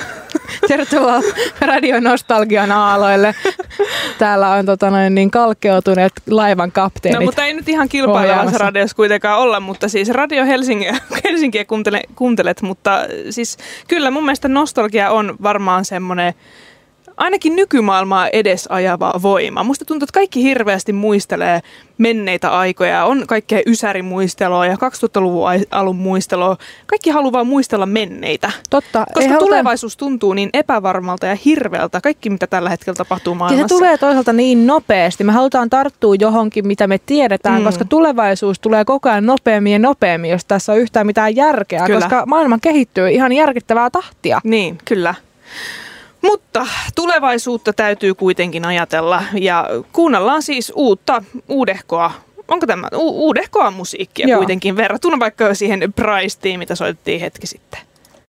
Speaker 2: Tervetuloa Radio Nostalgian aaloille. Täällä on tota noin, niin kalkkeutuneet laivan kapteenit.
Speaker 1: No mutta ei nyt ihan kilpailevassa radiossa kuitenkaan olla, mutta siis Radio Helsinkiä, Helsinkiä kuuntele, kuuntelet, mutta siis kyllä mun mielestä nostalgia on varmaan semmoinen ainakin nykymaailmaa edesajava voima. Musta tuntuu, että kaikki hirveästi muistelee menneitä aikoja. On kaikkea ysärimuistelua ja kaksituhattaluvun alun muistelua. Kaikki haluaa vaan muistella menneitä.
Speaker 2: Totta.
Speaker 1: Koska tulevaisuus tuntuu niin epävarmalta ja hirveältä. Kaikki, mitä tällä hetkellä tapahtuu maailmassa.
Speaker 2: Ja se tulee toisaalta niin nopeasti. Me halutaan tarttua johonkin, mitä me tiedetään, mm. koska tulevaisuus tulee koko ajan nopeammin ja nopeammin, jos tässä on yhtään mitään järkeä. Kyllä. Koska maailma kehittyy ihan järkyttävää tahtia.
Speaker 1: Niin, kyllä. Mutta tulevaisuutta täytyy kuitenkin ajatella ja kuunnellaan siis uutta, uudehkoa onko tämä u- uudehkoa musiikkia Joo. kuitenkin verrattuna vaikka siihen Price-tiin, mitä soitettiin hetki sitten?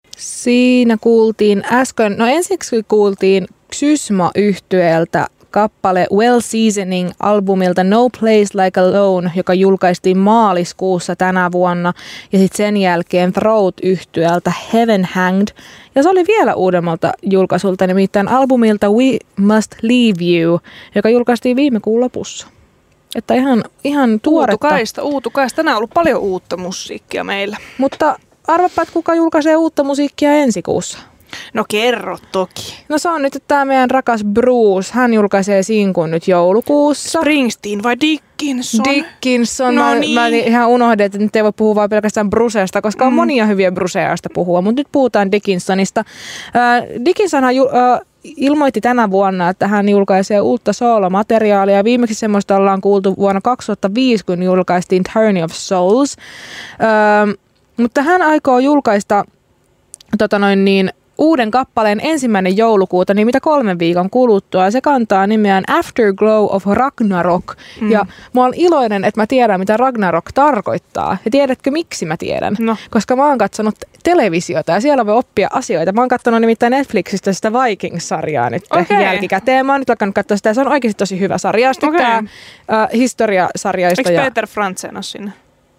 Speaker 2: Siinä kuultiin äsken, no ensiksi kuultiin Xysma-yhtyeeltä kappale Well Seasoning-albumilta No Place Like Alone, joka julkaistiin maaliskuussa tänä vuonna. Ja sitten sen jälkeen Throat-yhtyeeltä Heaven Hanged. Ja se oli vielä uudemmalta julkaisulta, nimittäin albumilta We Must Leave You, joka julkaistiin viime kuun lopussa. Että ihan, ihan tuoretta.
Speaker 1: Uutukaista, uutukaista. Tänään on ollut paljon uutta musiikkia meillä.
Speaker 2: Mutta arvapa, että kuka julkaisee uutta musiikkia ensi kuussa?
Speaker 1: No kerro toki.
Speaker 2: No se on nyt tämä meidän rakas Bruce. Hän julkaisee sinkun nyt joulukuussa.
Speaker 1: Springsteen vai Dickinson?
Speaker 2: Dickinson.
Speaker 1: No
Speaker 2: mä,
Speaker 1: niin.
Speaker 2: mä ihan unohdin, että nyt ei voi puhua vain pelkästään Bruceesta, koska on mm. monia hyviä Bruceasta puhua. Mutta nyt puhutaan Dickinsonista. Äh, Dickinsonhan ju- äh, ilmoitti tänä vuonna, että hän julkaisee uutta soolomateriaalia. Viimeksi semmoista ollaan kuultu vuonna kaksituhattaviisi, kun julkaistiin Tyranny of Souls. Äh, mutta hän aikoo julkaista tota noin niin, uuden kappaleen ensimmäinen joulukuuta, niin mitä kolmen viikon kuluttua. Se kantaa nimeään Afterglow of Ragnarok. Mm. Ja mä oon iloinen, että mä tiedän, mitä Ragnarok tarkoittaa. Ja tiedätkö, miksi mä tiedän?
Speaker 1: No.
Speaker 2: Koska mä oon katsonut televisiota ja siellä voi oppia asioita. Mä oon katsonut nimittäin Netflixistä sitä Vikings-sarjaa nyt
Speaker 1: okay.
Speaker 2: jälkikäteen. Mä oon nyt alkanut katsoa sitä. Se on oikeasti tosi hyvä sarja. Sitten okay. tää uh, historiasarjoista.
Speaker 1: Eikö
Speaker 2: ja...
Speaker 1: Peter Frantzen ole siinä?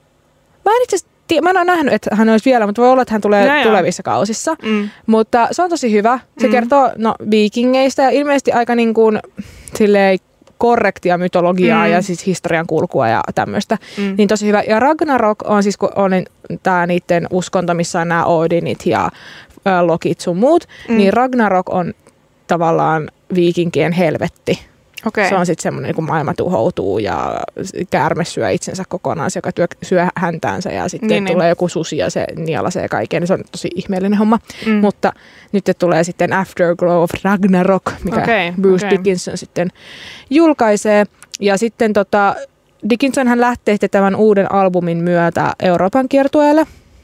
Speaker 2: Mä en itse Mä en ole nähnyt, että hän olisi vielä, mutta voi olla, että hän tulee
Speaker 1: no,
Speaker 2: tulevissa kausissa. Mm. Mutta se on tosi hyvä. Se mm. kertoo no, viikingeistä ja ilmeisesti aika niin kuin, silleen, korrektia mytologiaa mm. ja siis historian kulkua ja tämmöistä. Mm. Niin tosi hyvä. Ja Ragnarok on siis, kun on tää niiden uskonto, missä on nämä Odinit ja ä, Lokit sun muut, mm. niin Ragnarok on tavallaan viikinkien helvetti.
Speaker 1: Okay.
Speaker 2: Se on sitten semmoinen, kun maailma tuhoutuu ja käärme syö itsensä kokonaan, joka työ, syö häntäänsä ja sitten niin, tulee niin. joku susi ja se nielasee kaiken. Se on tosi ihmeellinen homma. Mm. Mutta nyt tulee sitten Afterglow of Ragnarok, mikä okay, Bruce okay. Dickinson sitten julkaisee. Ja sitten tota, Dickinson hän lähtee tämän uuden albumin myötä Euroopan kiertueelle.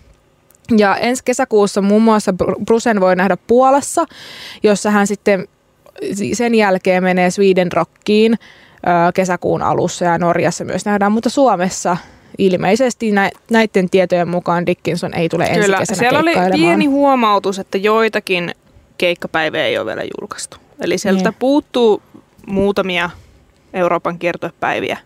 Speaker 2: Ja ensi kesäkuussa muun muassa Brucen voi nähdä Puolassa, jossa hän sitten sen jälkeen menee Sweden Rockiin ö, kesäkuun alussa ja Norjassa myös nähdään, mutta Suomessa ilmeisesti nä- näiden tietojen mukaan Dickinson ei tule ensi
Speaker 1: Kyllä,
Speaker 2: kesänä
Speaker 1: siellä oli
Speaker 2: keikkailemaan.
Speaker 1: pieni huomautus, että joitakin keikkapäiviä ei ole vielä julkaistu. Eli sieltä niin. puuttuu muutamia Euroopan kiertuepäiviä.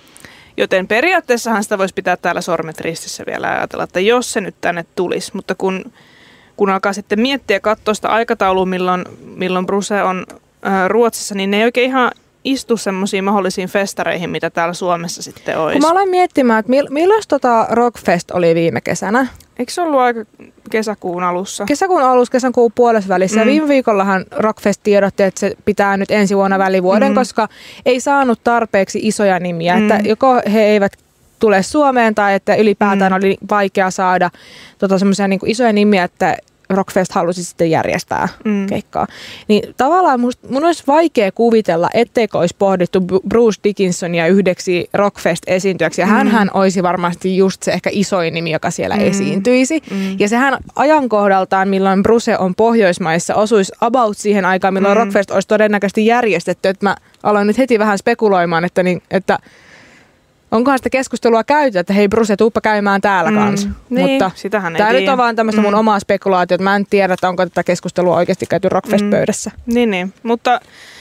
Speaker 1: Joten periaatteessahan sitä voisi pitää täällä sormet ristissä vielä ja ajatella, että jos se nyt tänne tulisi, mutta kun Kun alkaa sitten miettiä ja katsoa sitä aikataulua, milloin, milloin Bruce on ää, Ruotsissa, niin ne ei oikein ihan istu semmoisiin mahdollisiin festareihin, mitä täällä Suomessa sitten olisi.
Speaker 2: Kun mä aloin miettimään, että mill- milloin tota Rockfest oli viime kesänä?
Speaker 1: Eikö se ollut aika kesäkuun alussa?
Speaker 2: Kesäkuun alussa, kesäkuun puolessa välissä. Mm. Ja viime viikollahan Rockfest tiedotti, että se pitää nyt ensi vuonna välivuoden, mm. koska ei saanut tarpeeksi isoja nimiä. Mm. Että joko he eivät tule Suomeen tai että ylipäätään mm. oli vaikea saada tota, semmoisia niin kuin isoja nimiä, että Rockfest halusi sitten järjestää mm. keikkaa. Niin tavallaan must, mun olisi vaikea kuvitella, etteikö olisi pohdittu Bruce Dickinsonia yhdeksi Rockfest-esiintyjäksi. Ja mm. hänhän olisi varmasti just se ehkä isoin nimi, joka siellä mm. esiintyisi. Mm. Ja sehän ajankohdaltaan, milloin Bruce on Pohjoismaissa, osuisi about siihen aikaan, milloin mm. Rockfest olisi todennäköisesti järjestetty. Että mä aloin nyt heti vähän spekuloimaan, että, niin, että onkohan sitä keskustelua käyty, että hei Bruce, tuuppa käymään täällä mm, kanssa.
Speaker 1: Niin,
Speaker 2: mutta
Speaker 1: sitähän ei
Speaker 2: tämä
Speaker 1: tiedä.
Speaker 2: nyt on vaan tämmöistä mun mm. omaa spekulaatiota. Mä en tiedä, että onko tätä keskustelua oikeasti käyty Rockfest-pöydässä.
Speaker 1: Mm. Niin, niin, mutta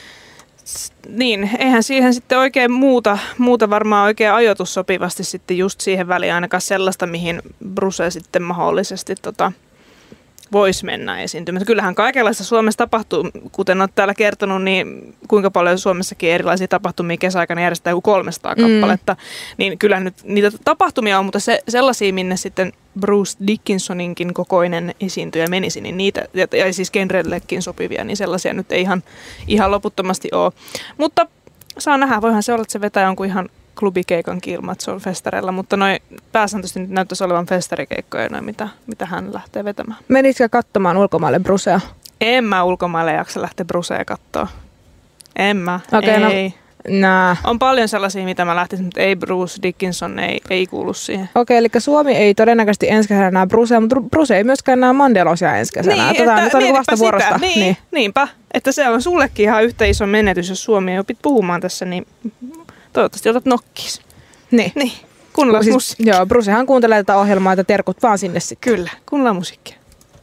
Speaker 1: niin, eihän siihen sitten oikein muuta, muuta varmaan oikein ajoitus sopivasti sitten just siihen väliin ainakaan sellaista, mihin Bruce sitten mahdollisesti tota, voisi mennä esiintymään. Kyllähän kaikenlaista Suomessa tapahtuu, kuten olet täällä kertonut, niin kuinka paljon Suomessakin erilaisia tapahtumia kesäaikana järjestetään joku kolmesataa mm. kappaletta. Niin kyllähän nyt niitä tapahtumia on, mutta se, sellaisia, minne sitten Bruce Dickinsoninkin kokoinen esiintyjä menisi, niin niitä, ja siis genrellekin sopivia, niin sellaisia nyt ei ihan, ihan loputtomasti ole. Mutta saa nähdä, voihan se olla, että se vetää jonkun ihan klubikeikankin ilman, että se on festareilla, mutta noi pääsääntöisesti nyt näyttäisi olevan festarikeikkoja, noi, mitä, mitä hän lähtee vetämään.
Speaker 2: Menitkö katsomaan ulkomaille Brucea?
Speaker 1: En mä ulkomaille jaksa lähteä Brucea katsoa. En mä,
Speaker 2: okay,
Speaker 1: ei.
Speaker 2: No. Nää.
Speaker 1: On paljon sellaisia, mitä mä lähtisin, mutta ei Bruce Dickinson, ei, ei kuulu siihen.
Speaker 2: Okei, eli Suomi ei todennäköisesti ensi kesänä näe Brucea, mutta Bruce ei myöskään näe Mandelosia ensi kesänä.
Speaker 1: Niin,
Speaker 2: Tätä
Speaker 1: että,
Speaker 2: nyt on vasta vuorosta.
Speaker 1: Niin, niin. Niinpä, että se on sullekin ihan yhtä iso menetys, jos Suomi ei opit puhumaan tässä, niin toivottavasti otat nokkis.
Speaker 2: Niin.
Speaker 1: Niin, kuunnellaan
Speaker 2: siis,
Speaker 1: musiikkia.
Speaker 2: Joo, Brucehan kuuntelee tätä ohjelmaa, että terkut vaan sinne sitten.
Speaker 1: Kyllä, kuunnellaan musiikkia.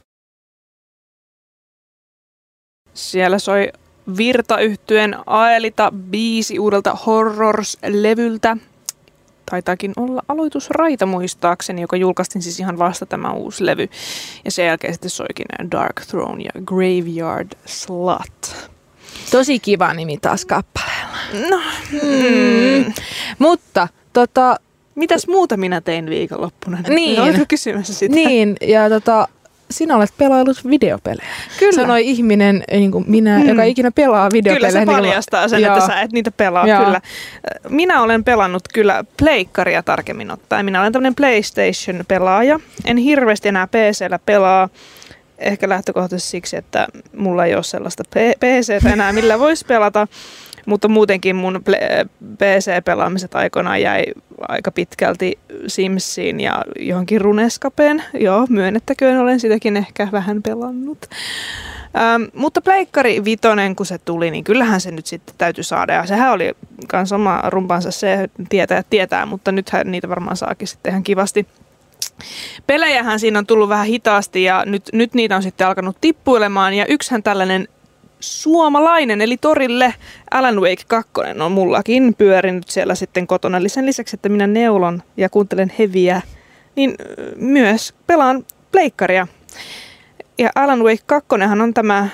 Speaker 1: Siellä soi Virta-yhtyeen Aelita biisi uudelta Horrors-levyltä. Taitaakin olla aloitusraita muistaakseni, joka julkaistiin siis ihan vasta tämä uusi levy. Ja sen jälkeen sitten soikin Dark Throne ja Graveyard Slut.
Speaker 2: Tosi kiva nimi taas kappaleella.
Speaker 1: No, mm.
Speaker 2: Mutta tota...
Speaker 1: Mitäs muuta minä tein viikonloppuna?
Speaker 2: Niin.
Speaker 1: Oletko kysymässä sitä?
Speaker 2: Niin, ja tota... Sinä olet pelaillut videopelejä.
Speaker 1: Kyllä.
Speaker 2: Sanoi ihminen, niin kuin minä, mm. joka ikinä pelaa videopelejä.
Speaker 1: Kyllä se
Speaker 2: niin
Speaker 1: paljastaa sen,
Speaker 2: joo.
Speaker 1: että sä et niitä pelaa. Kyllä. Minä olen pelannut kyllä pleikkaria tarkemmin ottaen. Minä olen tämmöinen PlayStation-pelaaja. En hirveästi enää P C:llä pelaa. Ehkä lähtökohtaisesti siksi, että mulla ei ole sellaista P C:tä enää, millä voisi pelata. Mutta muutenkin mun P C-pelaamiset aikoinaan jäi aika pitkälti Simsiin ja johonkin Runescapeen. Joo, myönnettäköön, olen sitäkin ehkä vähän pelannut. Ähm, mutta Pleikkari Vitonen, kun se tuli, niin kyllähän se nyt sitten täytyy saada. Ja sehän oli myös oma rumpansa, se tietää tietää, mutta nythän niitä varmaan saakin sitten ihan kivasti. Pelejähän siinä on tullut vähän hitaasti ja nyt, nyt niitä on sitten alkanut tippuilemaan. Ja yksihän tällainen suomalainen, eli torille Alan Wake kaksi on mullakin pyörinyt siellä sitten kotona. Eli sen lisäksi, että minä neulon ja kuuntelen heviä, niin myös pelaan pleikkaria. Ja Alan Wake kaksi on tämä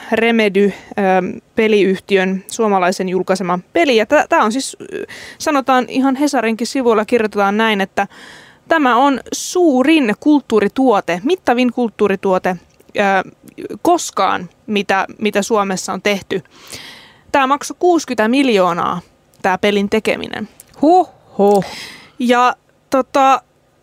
Speaker 1: Remedy-peliyhtiön suomalaisen julkaisema peli. Ja tämä on siis, sanotaan ihan Hesarinkin sivuilla kirjoitetaan näin, että tämä on suurin kulttuurituote, mittavin kulttuurituote koskaan, mitä, mitä Suomessa on tehty. Tämä maksoi kuusikymmentä miljoonaa, tämä pelin tekeminen.
Speaker 2: Huh, huh.
Speaker 1: Ja tota,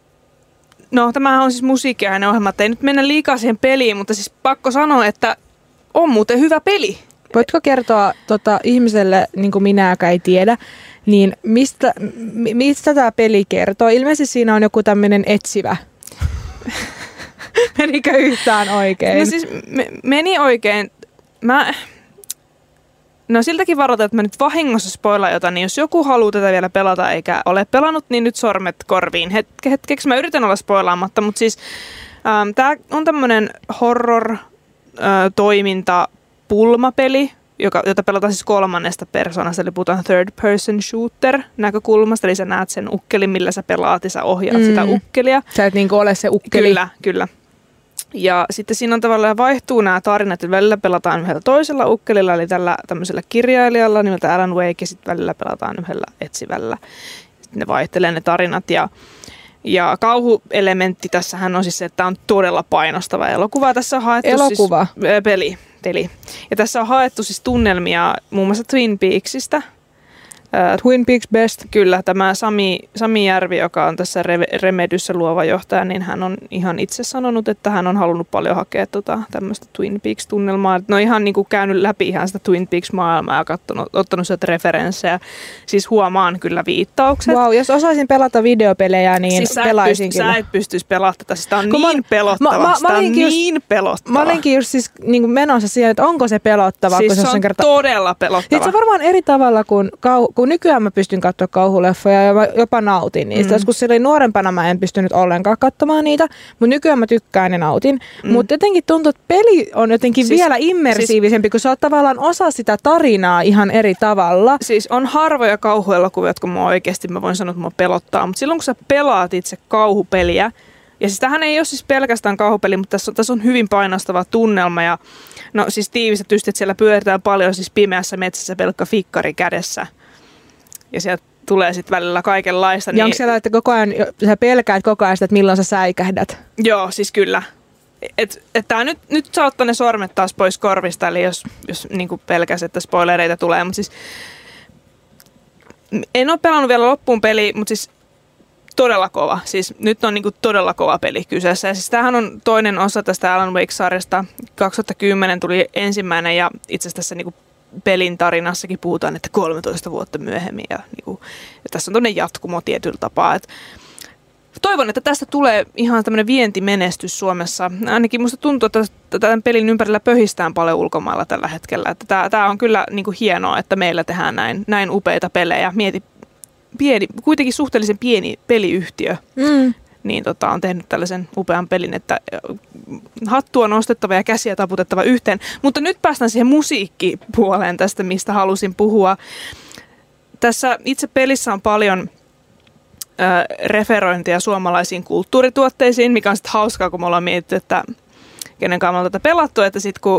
Speaker 1: no tämähän on siis musiikkiainen ohjelma, että ei nyt mennä liikaa siihen peliin, mutta siis pakko sanoa, että on muuten hyvä peli.
Speaker 2: Voitko kertoa tota, ihmiselle, niin kuin minä, joka ei tiedä, niin mistä, mistä tämä peli kertoo? Ilmeisesti siinä on joku tämmöinen etsivä. Menikö yhtään oikein?
Speaker 1: No siis me, meni oikein. Mä, no siltäkin varoitan, että mä nyt vahingossa spoilaan jotain, niin jos joku haluaa tätä vielä pelata eikä ole pelannut, niin nyt sormet korviin. Hetke, hetkeksi mä yritän olla spoilaamatta, mutta siis ähm, tää on tämmönen horror-toiminta-pulmapeli, joka, jota pelataan siis kolmannesta persoonasta, eli puhutaan third person shooter näkökulmasta, eli sä näet sen ukkelin, millä sä pelaat ja sä ohjaat mm. sitä ukkelia.
Speaker 2: Sä et niinku ole se ukkeli.
Speaker 1: Kyllä, kyllä. Ja sitten siinä on tavallaan vaihtuu nämä tarinat, että välillä pelataan yhdellä toisella ukkelilla, eli tällä tämmöisellä kirjailijalla nimeltä Alan Wake, ja sitten välillä pelataan yhdellä etsivällä. Sitten ne vaihtelee ne tarinat, ja, ja kauhuelementti tässähän on siis se, että tämä on todella painostava elokuva. Tässä on haettu
Speaker 2: elokuva.
Speaker 1: Siis, äh, peli, peli. Ja tässä on haettu siis tunnelmia muun muassa Twin Peaksista.
Speaker 2: Twin Peaks best.
Speaker 1: Kyllä, tämä Sami, Sami Järvi, joka on tässä Remedyssä luova johtaja, niin hän on ihan itse sanonut, että hän on halunnut paljon hakea tota, tämmöistä Twin Peaks-tunnelmaa. No ihan niin kuin käynyt läpi ihan sitä Twin Peaks-maailmaa ja kattonut, ottanut sieltä referenssejä. Siis huomaan kyllä viittaukset.
Speaker 2: Wow, jos osaisin pelata videopelejä, niin
Speaker 1: siis
Speaker 2: pelaisin
Speaker 1: pyst-
Speaker 2: kyllä.
Speaker 1: Sä et pystyisi pelaamaan tätä. Sitä on
Speaker 2: Kun
Speaker 1: niin
Speaker 2: mä,
Speaker 1: pelottava.
Speaker 2: Mä, mä,
Speaker 1: sitä
Speaker 2: mä
Speaker 1: on
Speaker 2: just,
Speaker 1: niin pelottava.
Speaker 2: Mä olinkin just siis niin kuin menossa siihen, että onko se pelottava.
Speaker 1: Siis
Speaker 2: kun
Speaker 1: se on
Speaker 2: kerta...
Speaker 1: todella pelottava.
Speaker 2: Se on varmaan eri tavalla kuin, kau... kun nykyään mä pystyn katsoa kauhuleffoja ja mä jopa nautin niistä. Mm. Joskus silleen nuorempana mä en pystynyt ollenkaan katsomaan niitä, mutta nykyään mä tykkään ja nautin. Mm. Mutta jotenkin tuntuu, että peli on jotenkin siis, vielä immersiivisempi, siis, kun sä oot tavallaan osa sitä tarinaa ihan eri tavalla.
Speaker 1: Siis on harvoja kauhuelokuvia, jotka mua oikeasti, mä voin sanoa, että mua pelottaa, mutta silloin kun sä pelaat itse kauhupeliä, ja siis tämähän ei ole siis pelkästään kauhupeli, mutta tässä on, tässä on hyvin painostava tunnelma ja no siis tiivistetysti, että siellä pyöritään paljon siis pimeässä metsässä pelkkä fikkari kädessä. Ja sieltä tulee sitten välillä kaikenlaista.
Speaker 2: Ja
Speaker 1: niin...
Speaker 2: onko siellä, että koko ajan, sä pelkäät koko ajan sitä, että milloin sä säikähdät?
Speaker 1: Joo, siis kyllä. Et, et tää nyt, nyt saa ottaa ne sormet taas pois korvista, eli jos, jos niinku pelkäs, että spoilereita tulee. Mutta siis en ole pelannut vielä loppuun peli, mutta siis todella kova. Siis nyt on niinku todella kova peli kyseessä. Ja siis tämähän on toinen osa tästä Alan Wake-sarjasta. kaksituhattakymmenen tuli ensimmäinen ja itse asiassa tässä niinku pelin tarinassakin puhutaan, että kolmetoista vuotta myöhemmin ja, niinku, ja tässä on tämmöinen jatkumo tietyllä tapaa. Et toivon, että tästä tulee ihan tämmöinen vientimenestys Suomessa. Ainakin musta tuntuu, että tämän pelin ympärillä pöhistään paljon ulkomailla tällä hetkellä. Että tämä, tämä on kyllä niinku hienoa, että meillä tehdään näin, näin upeita pelejä. Mieti, pieni, kuitenkin suhteellisen pieni peliyhtiö,
Speaker 2: Mm.
Speaker 1: niin tota, on tehnyt tällaisen upean pelin, että hattua on nostettava ja käsiä taputettava yhteen. Mutta nyt päästään siihen musiikkipuoleen tästä, mistä halusin puhua. Tässä itse pelissä on paljon ö, referointia suomalaisiin kulttuurituotteisiin, mikä on sitten hauskaa, kun me ollaan mietitty, että kenen kanssa me ollaan tätä pelattu, että sitten kun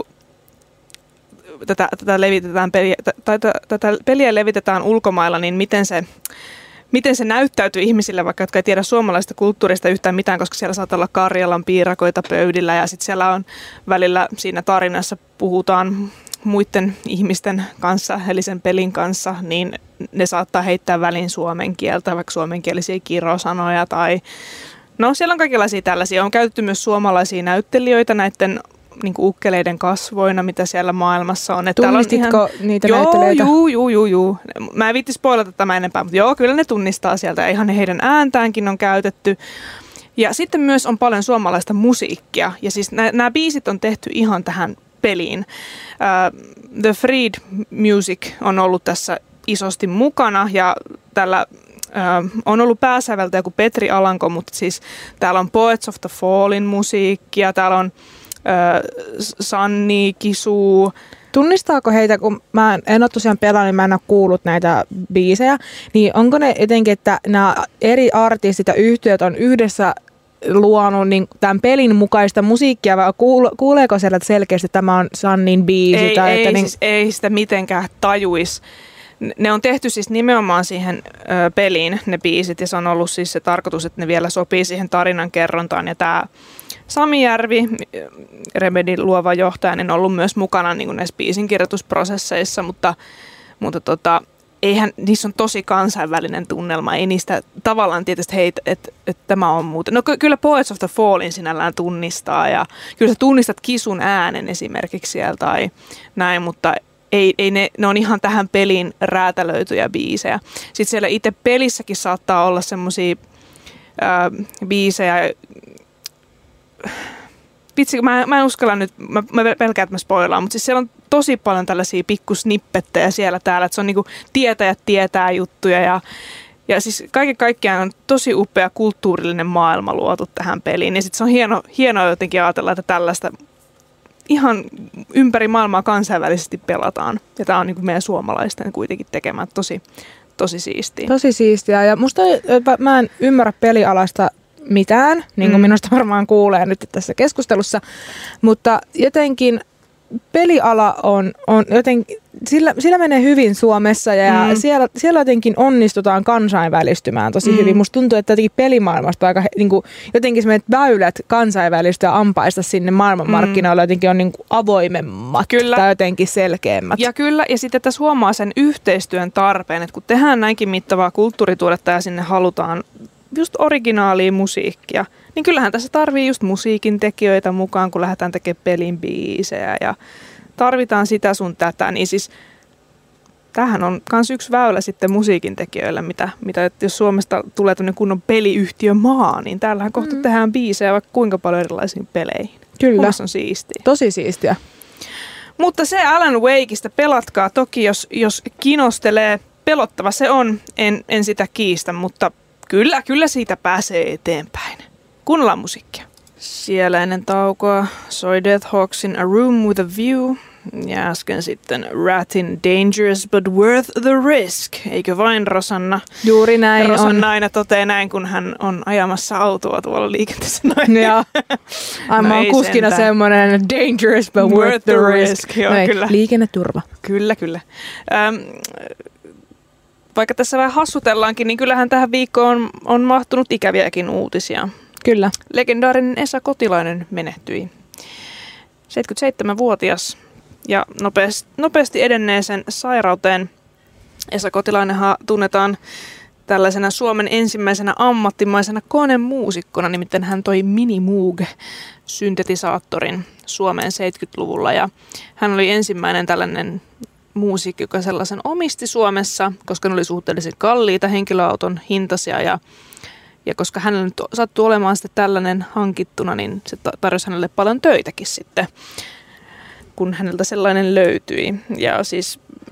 Speaker 1: tätä, tätä, levitetään peliä, tai tätä, tätä peliä levitetään ulkomailla, niin miten se, miten se näyttäytyy ihmisille, vaikka jotka ei tiedä suomalaisesta kulttuurista yhtään mitään, koska siellä saattaa olla Karjalan piirakoita pöydillä ja sitten siellä on välillä siinä tarinassa puhutaan muiden ihmisten kanssa, eli sen pelin kanssa, niin ne saattaa heittää väliin suomen kieltä, vaikka suomenkielisiä kirosanoja tai no siellä on kaikenlaisia tällaisia. On käytetty myös suomalaisia näyttelijöitä näiden niin kuin ukkeleiden kasvoina, mitä siellä maailmassa on. Että
Speaker 2: Tunnistitko on ihan niitä
Speaker 1: joo,
Speaker 2: näyttelijöitä?
Speaker 1: Joo, joo, joo, joo. Mä en viitti spoilata tämä enempää, mutta joo, kyllä ne tunnistaa sieltä ja ihan heidän ääntääänkin on käytetty. Ja sitten myös on paljon suomalaista musiikkia ja siis nämä biisit on tehty ihan tähän peliin. Uh, The Freed Music on ollut tässä isosti mukana ja tällä uh, on ollut pääsäveltäjä kuin Petri Alanko, mutta siis täällä on Poets of the Fallin musiikkia, täällä on uh, Sanni, Kisu.
Speaker 2: Tunnistaako heitä, kun mä en ole tosiaan pelannut, niin mä en ole kuullut näitä biisejä, niin onko ne jotenkin, että nämä eri artistit ja yhtiöt on yhdessä luonut niin tämän pelin mukaista musiikkia, vai kuuleeko siellä selkeästi, että tämä on Sannin biisi?
Speaker 1: Ei,
Speaker 2: tai
Speaker 1: ei,
Speaker 2: että niin
Speaker 1: siis, ei sitä mitenkään tajuisi. Ne on tehty siis nimenomaan siihen ö, peliin, ne biisit, ja se on ollut siis se tarkoitus, että ne vielä sopii siihen tarinan kerrontaan. Ja tämä Sami Järvi, Remedin luova johtaja, niin on ollut myös mukana niin kuin näissä biisin kirjoitusprosesseissa, mutta, mutta tota, eihän, niissä on tosi kansainvälinen tunnelma. Ei niistä tavallaan tietysti, hei, että et, et tämä on muuten. No kyllä Poets of the Fallin sinällään tunnistaa, ja kyllä sä tunnistat Kisun äänen esimerkiksi siellä tai näin, mutta Ei, ei ne, ne on ihan tähän peliin räätälöityjä biisejä. Sitten siellä itse pelissäkin saattaa olla semmosia ää, biisejä. Vitsi, mä, mä en uskalla nyt, mä, mä pelkään, että mä spoilaan, mutta siis siellä on tosi paljon tällaisia pikkusnippettejä siellä täällä, että se on niinku tietäjät tietää juttuja ja, ja siis kaiken kaikkiaan on tosi upea kulttuurillinen maailma luotu tähän peliin. Ja sitten se on hieno, hienoa jotenkin ajatella, että tällaista ihan ympäri maailmaa kansainvälisesti pelataan. Ja tämä on niin kuin meidän suomalaisten kuitenkin tekemään tosi, tosi siistiä.
Speaker 2: Tosi siistiä. Ja musta mä en ymmärrä pelialasta mitään, niin kuin mm. minusta varmaan kuulee nyt tässä keskustelussa. Mutta jotenkin peliala on, on jotenkin, sillä, sillä menee hyvin Suomessa ja mm. siellä, siellä jotenkin onnistutaan kansainvälistymään tosi mm. hyvin. Musta tuntuu, että jotenkin pelimaailmasta aika niin kuin, jotenkin semmoiset väylät kansainvälistyä ja ampaista sinne maailmanmarkkinoille mm. jotenkin on niin kuin avoimemmat kyllä. tai jotenkin selkeämmät.
Speaker 1: Ja kyllä, ja sitten tässä huomaa sen yhteistyön tarpeen, että kun tehdään näinkin mittavaa kulttuurituotetta ja sinne halutaan just originaalia musiikkia, niin kyllähän tässä tarvii just musiikin tekijöitä mukaan, kun lähdetään tekemään pelin biisejä ja tarvitaan sitä sun tätä, niin siis tämähän on myös yksi väylä sitten musiikin tekijöille, mitä, mitä jos Suomesta tulee tämmöinen kunnon peliyhtiö maa, niin täällähän kohta mm. tehdään biisejä vaikka kuinka paljon erilaisiin peleihin.
Speaker 2: Kyllä.
Speaker 1: On siistiä.
Speaker 2: Tosi siistiä.
Speaker 1: Mutta se Alan Wakeista pelatkaa toki, jos, jos kinostelee. Pelottava se on, en, en sitä kiistä, mutta kyllä, kyllä siitä pääsee eteenpäin. Kuunnellaan musiikkia. Siellä ennen taukoa soi Death Hawksin A Room with a View ja äsken sitten Ratin Dangerous but Worth the Risk. Eikö vain, Rosanna?
Speaker 2: Juuri näin
Speaker 1: Rosanna
Speaker 2: on.
Speaker 1: aina toteaa näin, kun hän on ajamassa autoa tuolla liikenteessä. Noin.
Speaker 2: Joo. Mä oon kuskina semmoinen dangerous but worth, worth the, the risk. risk.
Speaker 1: Joo, kyllä.
Speaker 2: Liikenneturva.
Speaker 1: Kyllä, kyllä. Ähm, vaikka tässä vähän hassutellaankin, niin kyllähän tähän viikkoon on, on mahtunut ikäviäkin uutisia.
Speaker 2: Kyllä.
Speaker 1: Legendaarinen Esa Kotilainen menehtyi. seitsemänkymmentäseitsemänvuotias ja nopeasti, nopeasti edenneeseen sairauteen. Esa Kotilainenhan tunnetaan tällaisena Suomen ensimmäisenä ammattimaisena konemuusikkona, nimittäin hän toi Minimoog-syntetisaattorin Suomeen seitsemänkymmentäluvulla. Ja hän oli ensimmäinen tällainen muusikko, joka sellaisen omisti Suomessa, koska ne oli suhteellisen kalliita henkilöauton hintaisia ja Ja koska hänellä nyt sattui olemaan sitten tällainen hankittuna, niin se tarjosi hänelle paljon töitäkin sitten, kun häneltä sellainen löytyi. Ja siis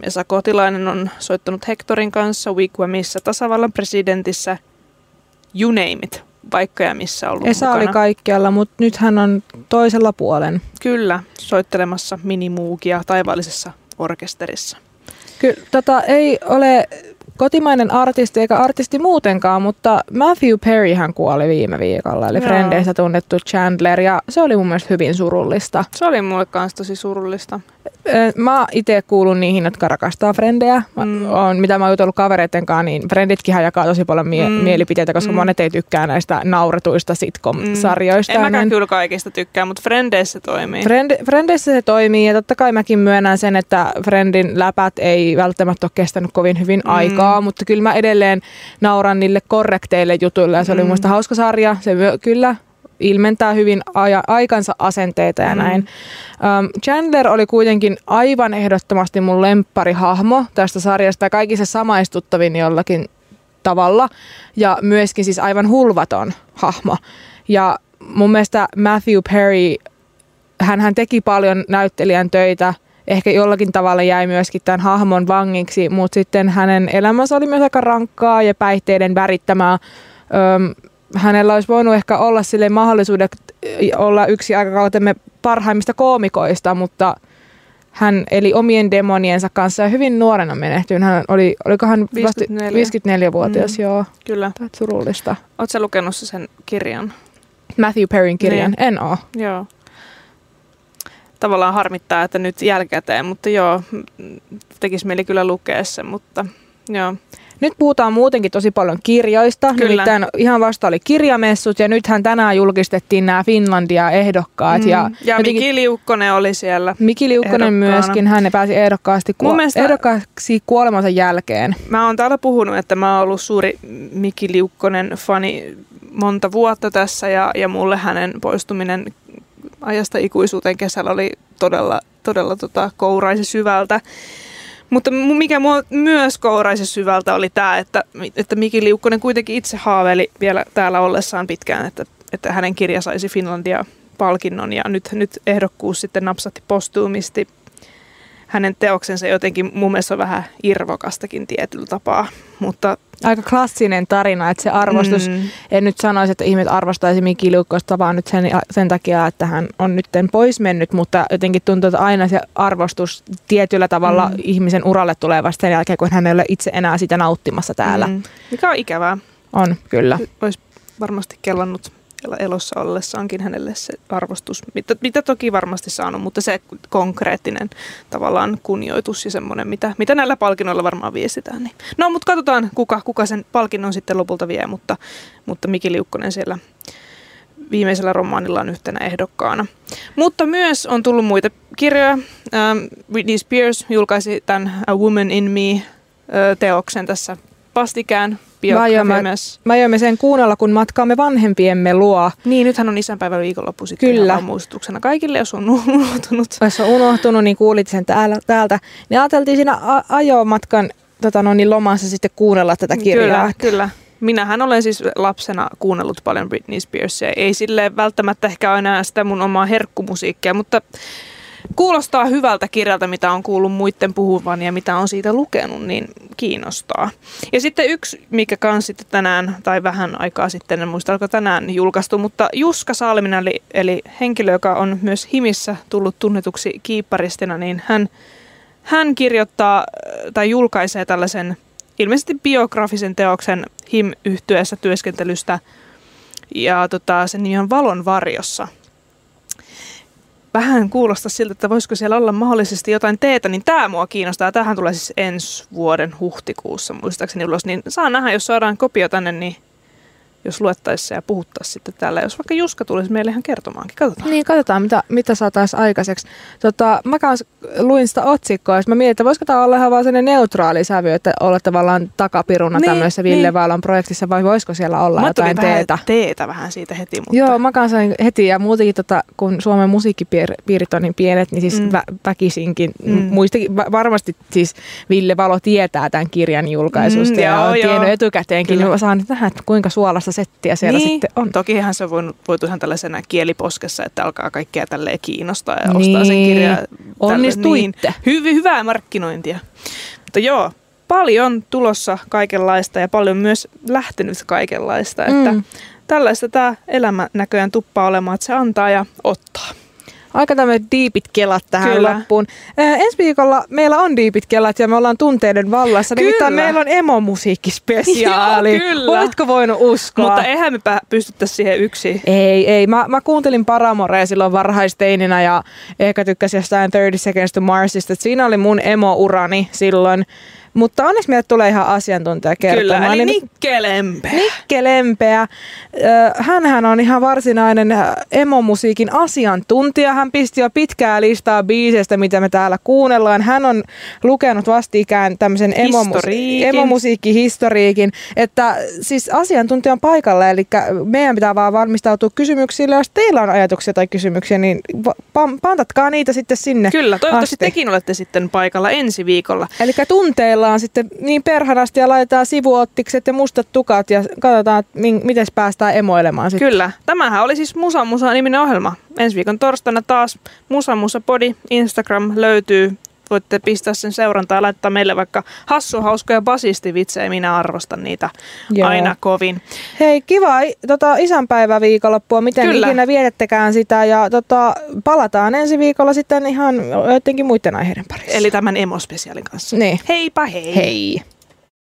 Speaker 1: Esa Kotilainen on soittanut Hectorin kanssa Wigwamissa, tasavallan presidentissä, you name it, vaikka ja missä ollut
Speaker 2: Esa
Speaker 1: mukana.
Speaker 2: oli kaikkialla, mutta nyt hän on toisella puolen.
Speaker 1: Kyllä, soittelemassa minimuugia taivaallisessa orkesterissa.
Speaker 2: Kyllä, tota, ei ole kotimainen artisti eikä artisti muutenkaan, mutta Matthew Perry hän kuoli viime viikolla, eli Frendeissä tunnettu Chandler, ja se oli mun mielestä hyvin surullista.
Speaker 1: Se oli mulle kanssa tosi surullista.
Speaker 2: Mä itse kuulun niihin, jotka rakastaa Frendejä. Mm. On, mitä mä oon jutellut kavereiden kanssa, niin Frenditkin jakaa tosi paljon mie- mm. mielipiteitä, koska mm. monet ei tykkää näistä nauretuista sitcom-sarjoista.
Speaker 1: En mäkään kyllä kaikista tykkää, mutta Frendeissä toimii.
Speaker 2: Friend, Frendeissä se toimii, ja totta kai mäkin myönnän sen, että Friendin läpät ei välttämättä ole kestänyt kovin hyvin mm. aikaa, mutta kyllä mä edelleen nauran niille korrekteille jutuille, ja se oli mm. mun mielestä hauska sarja. Se myö, kyllä ilmentää hyvin aja, aikansa asenteita ja mm. näin. Um, Chandler oli kuitenkin aivan ehdottomasti mun lempparihahmo tästä sarjasta ja kaikissa samaistuttavin jollakin tavalla ja myöskin siis aivan hulvaton hahmo. Ja mun mielestä Matthew Perry, hän, hän teki paljon näyttelijän töitä, ehkä jollakin tavalla jäi myöskin tämän hahmon vangiksi, mutta sitten hänen elämänsä oli myös aika rankkaa ja päihteiden värittämää. Um, hänellä olisi voinut ehkä olla sille mahdollisuudet olla yksi aikakautemme parhaimmista koomikoista, mutta hän eli omien demoniensa kanssa ja hyvin nuorena menehtyi. Hän oli, olikohan viisikymmentäneljä-vuotias, mm, joo.
Speaker 1: Kyllä.
Speaker 2: Tämä surullista.
Speaker 1: Oletko sä lukenut sen kirjan?
Speaker 2: Matthew Perryn kirjan?
Speaker 1: Niin.
Speaker 2: En ole.
Speaker 1: Joo. Tavallaan harmittaa, että nyt jälkikäteen, mutta joo, tekisi mieli kyllä lukea sen, mutta joo.
Speaker 2: Nyt puhutaan muutenkin tosi paljon kirjoista. Kyllä. Nimittäin ihan vasta oli kirjamessut ja nythän tänään julkistettiin nämä Finlandia-ehdokkaat.
Speaker 1: Mm.
Speaker 2: Ja,
Speaker 1: ja Miki Liukkonen oli siellä.
Speaker 2: Miki Liukkonen myöskin, hän pääsi ehdokkaasti kuo- mielestä, ehdokkaaksi kuolemansa jälkeen.
Speaker 1: Mä oon täällä puhunut, että mä oon ollut suuri Miki Liukkonen fani monta vuotta tässä ja, ja mulle hänen poistuminen ajasta ikuisuuteen kesällä oli todella, todella tota, kouraisi syvältä. Mutta mikä mua myös kouraisi syvältä oli tämä, että, että Miki Liukkonen kuitenkin itse haaveili vielä täällä ollessaan pitkään, että, että hänen kirja saisi Finlandia-palkinnon ja nyt, nyt ehdokkuus sitten napsatti postuumisti. Hänen teoksensa jotenkin mun mielestä on vähän irvokastakin tietyllä tapaa, mutta
Speaker 2: aika klassinen tarina, että se arvostus, mm. en nyt sanoisi, että ihmiset arvostaisi Miki Liukkosta, vaan nyt sen, sen takia, että hän on nyt pois mennyt, mutta jotenkin tuntuu, että aina se arvostus tietyllä tavalla mm. ihmisen uralle tulee vasta sen jälkeen, kun hän ei ole itse enää sitä nauttimassa täällä. Mm.
Speaker 1: Mikä on ikävää.
Speaker 2: On, kyllä.
Speaker 1: Olisi varmasti kellannut elossa ollessaankin hänelle se arvostus, mitä, mitä toki varmasti saanut, mutta se konkreettinen tavallaan kunnioitus ja semmoinen, mitä, mitä näillä palkinnoilla varmaan viestitään. Niin. No, mutta katsotaan, kuka, kuka sen palkinnon sitten lopulta vie, mutta, mutta Miki Liukkonen siellä viimeisellä romaanillaan yhtenä ehdokkaana. Mutta myös on tullut muita kirjoja. Ähm, Britney Spears julkaisi tämän A Woman in Me-teoksen tässä vastikään.
Speaker 2: Mä aiomme sen kuunnella, kun matkaamme vanhempiemme luo.
Speaker 1: Niin, nythän on isänpäivän viikonloppu sitten. Kyllä. Muistutuksena kaikille, jos on unohtunut.
Speaker 2: Jos on unohtunut, niin kuulit sen täällä, täältä. Niin ajateltiin siinä a- ajomatkan tota no, niin lomassa sitten kuunnella tätä kirjaa.
Speaker 1: Kyllä, kyllä. Minähän olen siis lapsena kuunnellut paljon Britney Spearsia. Ei silleen välttämättä ehkä aina sitä mun omaa herkkumusiikkia, mutta kuulostaa hyvältä kirjalta, mitä on kuullut muiden puhuvan ja mitä on siitä lukenut, niin kiinnostaa. Ja sitten yksi, mikä kans sitten tänään, tai vähän aikaa sitten, en muista, oliko tänään julkaistu, mutta Juska Salminen, eli, eli henkilö, joka on myös Himissä tullut tunnetuksi kiipparistina, niin hän, hän kirjoittaa tai julkaisee tällaisen ilmeisesti biografisen teoksen Him-yhtyeessä työskentelystä, ja tota, sen nimi on Valon varjossa. Vähän kuulostaa siltä, että voisiko siellä olla mahdollisesti jotain teetä, niin tämä mua kiinnostaa. Tämähän tulee siis ensi vuoden huhtikuussa muistaakseni ulos, niin saa nähdä, jos saadaan kopio tänne, niin jos luettaisiin ja puhuttaisiin sitten täällä. Jos vaikka Juska tulisi meille ihan kertomaankin, katsotaan.
Speaker 2: Niin, katsotaan, mitä, mitä saataisiin aikaiseksi. Tota, mä kanssa luin sitä otsikkoa, ja mä mietin, että voisiko tämä olla ihan vaan sellainen neutraali sävy, että olla tavallaan takapiruna niin, tämmöisessä Ville niin. Valon projektissa, vai voisiko siellä olla mä jotain teetä?
Speaker 1: teetä vähän siitä heti. Mutta
Speaker 2: joo, mä kanssa heti, ja muutenkin, tota, kun Suomen musiikkipiirit on niin pienet, niin siis mm. vä- väkisinkin, mm. muistakin, varmasti siis Ville Valo tietää tämän kirjan julkaisusta, mm, ja joo, on tiennyt etykäteenkin, niin mä saan nähdä, että kuinka suolasta settiä siellä
Speaker 1: niin,
Speaker 2: sitten on.
Speaker 1: Tokihan se on voinut, voitu ihan tällaisena kieliposkessa, että alkaa kaikkea tälleen kiinnostaa ja ostaa niin. sen kirjaa.
Speaker 2: Onnistuitte.
Speaker 1: Niin, hy- hyvää markkinointia. Mutta joo, paljon tulossa kaikenlaista ja paljon myös lähtenyt kaikenlaista. Mm. Että tällaista tämä elämä näköjään tuppaa olemaan, että se antaa ja ottaa.
Speaker 2: Aika tämmöiset diipit kelat tähän
Speaker 1: Kyllä.
Speaker 2: loppuun. Äh, ensi viikolla meillä on diipit kelat ja me ollaan tunteiden vallassa.
Speaker 1: Kyllä.
Speaker 2: Nimittäin meillä on emo-musiikkispesiaali.
Speaker 1: Joo, kyllä.
Speaker 2: Voitko voinut uskoa?
Speaker 1: Mutta eihän me pystyttäisi siihen yksin.
Speaker 2: Ei, ei. Mä, mä kuuntelin Paramorea silloin varhaisteininä ja ehkä tykkäsin jostain thirty Seconds to Marsista. Et siinä oli mun emo-urani silloin. Mutta onneksi meille tulee ihan asiantuntija kertomaan.
Speaker 1: Kyllä, eli
Speaker 2: niin,
Speaker 1: Nikke Lempeä.
Speaker 2: Nikke Lempeä. Hänhän on ihan varsinainen emomusiikin asiantuntija. Hän pisti jo pitkää listaa biiseistä, mitä me täällä kuunnellaan. Hän on lukenut vastikään tämmöisen emomusi- emomusiikkihistoriikin. Että siis asiantuntija on paikalla, eli meidän pitää vaan valmistautua kysymyksille. Jos teillä on ajatuksia tai kysymyksiä, niin pantatkaa niitä sitten sinne.
Speaker 1: Kyllä, toivottavasti
Speaker 2: asti.
Speaker 1: tekin olette sitten paikalla ensi viikolla.
Speaker 2: Eli tunteilla on sitten niin perhanasti ja laitetaan sivuottikset ja mustat tukat ja katsotaan, miten päästään emoilemaan sitten.
Speaker 1: Kyllä. Tämähän oli siis Musa Musa -niminen ohjelma. Ensi viikon torstaina taas Musa Musa Podi. Instagram löytyy. Voitte pistää sen seurantaa ja laittaa meille vaikka hassu, hauskoja basistivitsejä. Minä arvostan niitä Joo. aina kovin.
Speaker 2: Hei, kiva tota, isänpäivä viikonloppua. Miten Kyllä. ikinä vietettekään sitä. Ja tota, palataan ensi viikolla sitten ihan jotenkin muiden aiheiden parissa.
Speaker 1: Eli tämän emospesiaalin kanssa.
Speaker 2: Niin.
Speaker 1: Heipä hei.
Speaker 2: Hei.